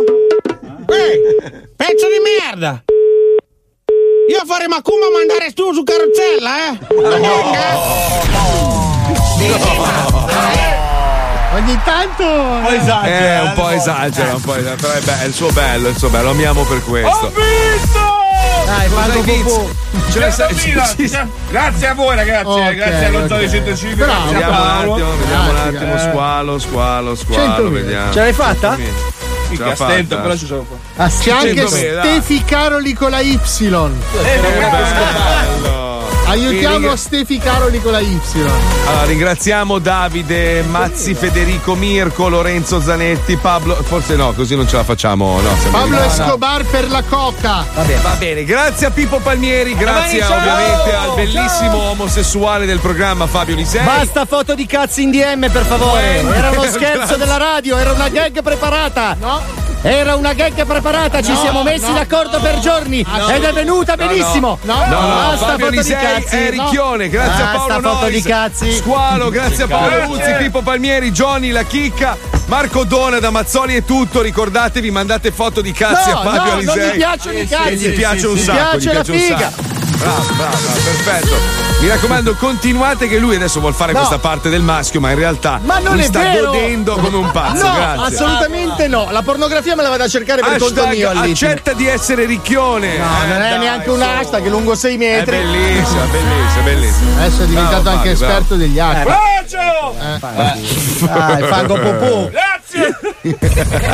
Pezzo di merda. Io fare macumba ma andare tu su carrozzella, Ogni tanto un po' esagera, però è bello, il suo bello, amiamo per questo. Ho vinto! Dai, fango popò. Grazie a voi ragazzi, grazie allo Zoe 105. Vediamo un attimo, squalo, vediamo. Ce l'hai fatta? Mica stento, però ci sono qua. C'è anche Stefi Caroli con la Y. Aiutiamo Stefi Caroli con la Y. Allora, ringraziamo Davide, Mazzi, Federico, Mirko, Lorenzo Zanetti, Pablo. Forse no, così non ce la facciamo. No, Pablo Escobar per la coca. Va bene, grazie a Pippo Palmieri, grazie ovviamente al bellissimo omosessuale del programma Fabio Lisei. Basta foto di cazzi in DM, per favore. Era uno scherzo della radio, era una gag preparata. No. Era una gag preparata, ci siamo messi d'accordo per giorni ed è venuta benissimo. Basta Fabio Lisei è Ricchione, grazie a Paolo foto Nois, di cazzi. Squalo, grazie a Paolo Ruzzi, Pippo Palmieri, Johnny, la Chicca, Marco Dona da Mazzoli e tutto. Ricordatevi, mandate foto di cazzi a Fabio Lisei. Non mi piacciono i cazzi. Gli piace un sacco, mi piace la figa. perfetto. Mi raccomando, continuate che lui adesso vuol fare questa parte del maschio, ma in realtà non sta vero. godendo come un pazzo. No, grazie. assolutamente no. La pornografia me la vado a cercare per conto mio. Accetta di essere ricchione. No, non è neanche un hashtag, è lungo 6 metri. È bellissimo. Adesso è diventato anche esperto degli hashtag. Bacio! Fango popù. Grazie!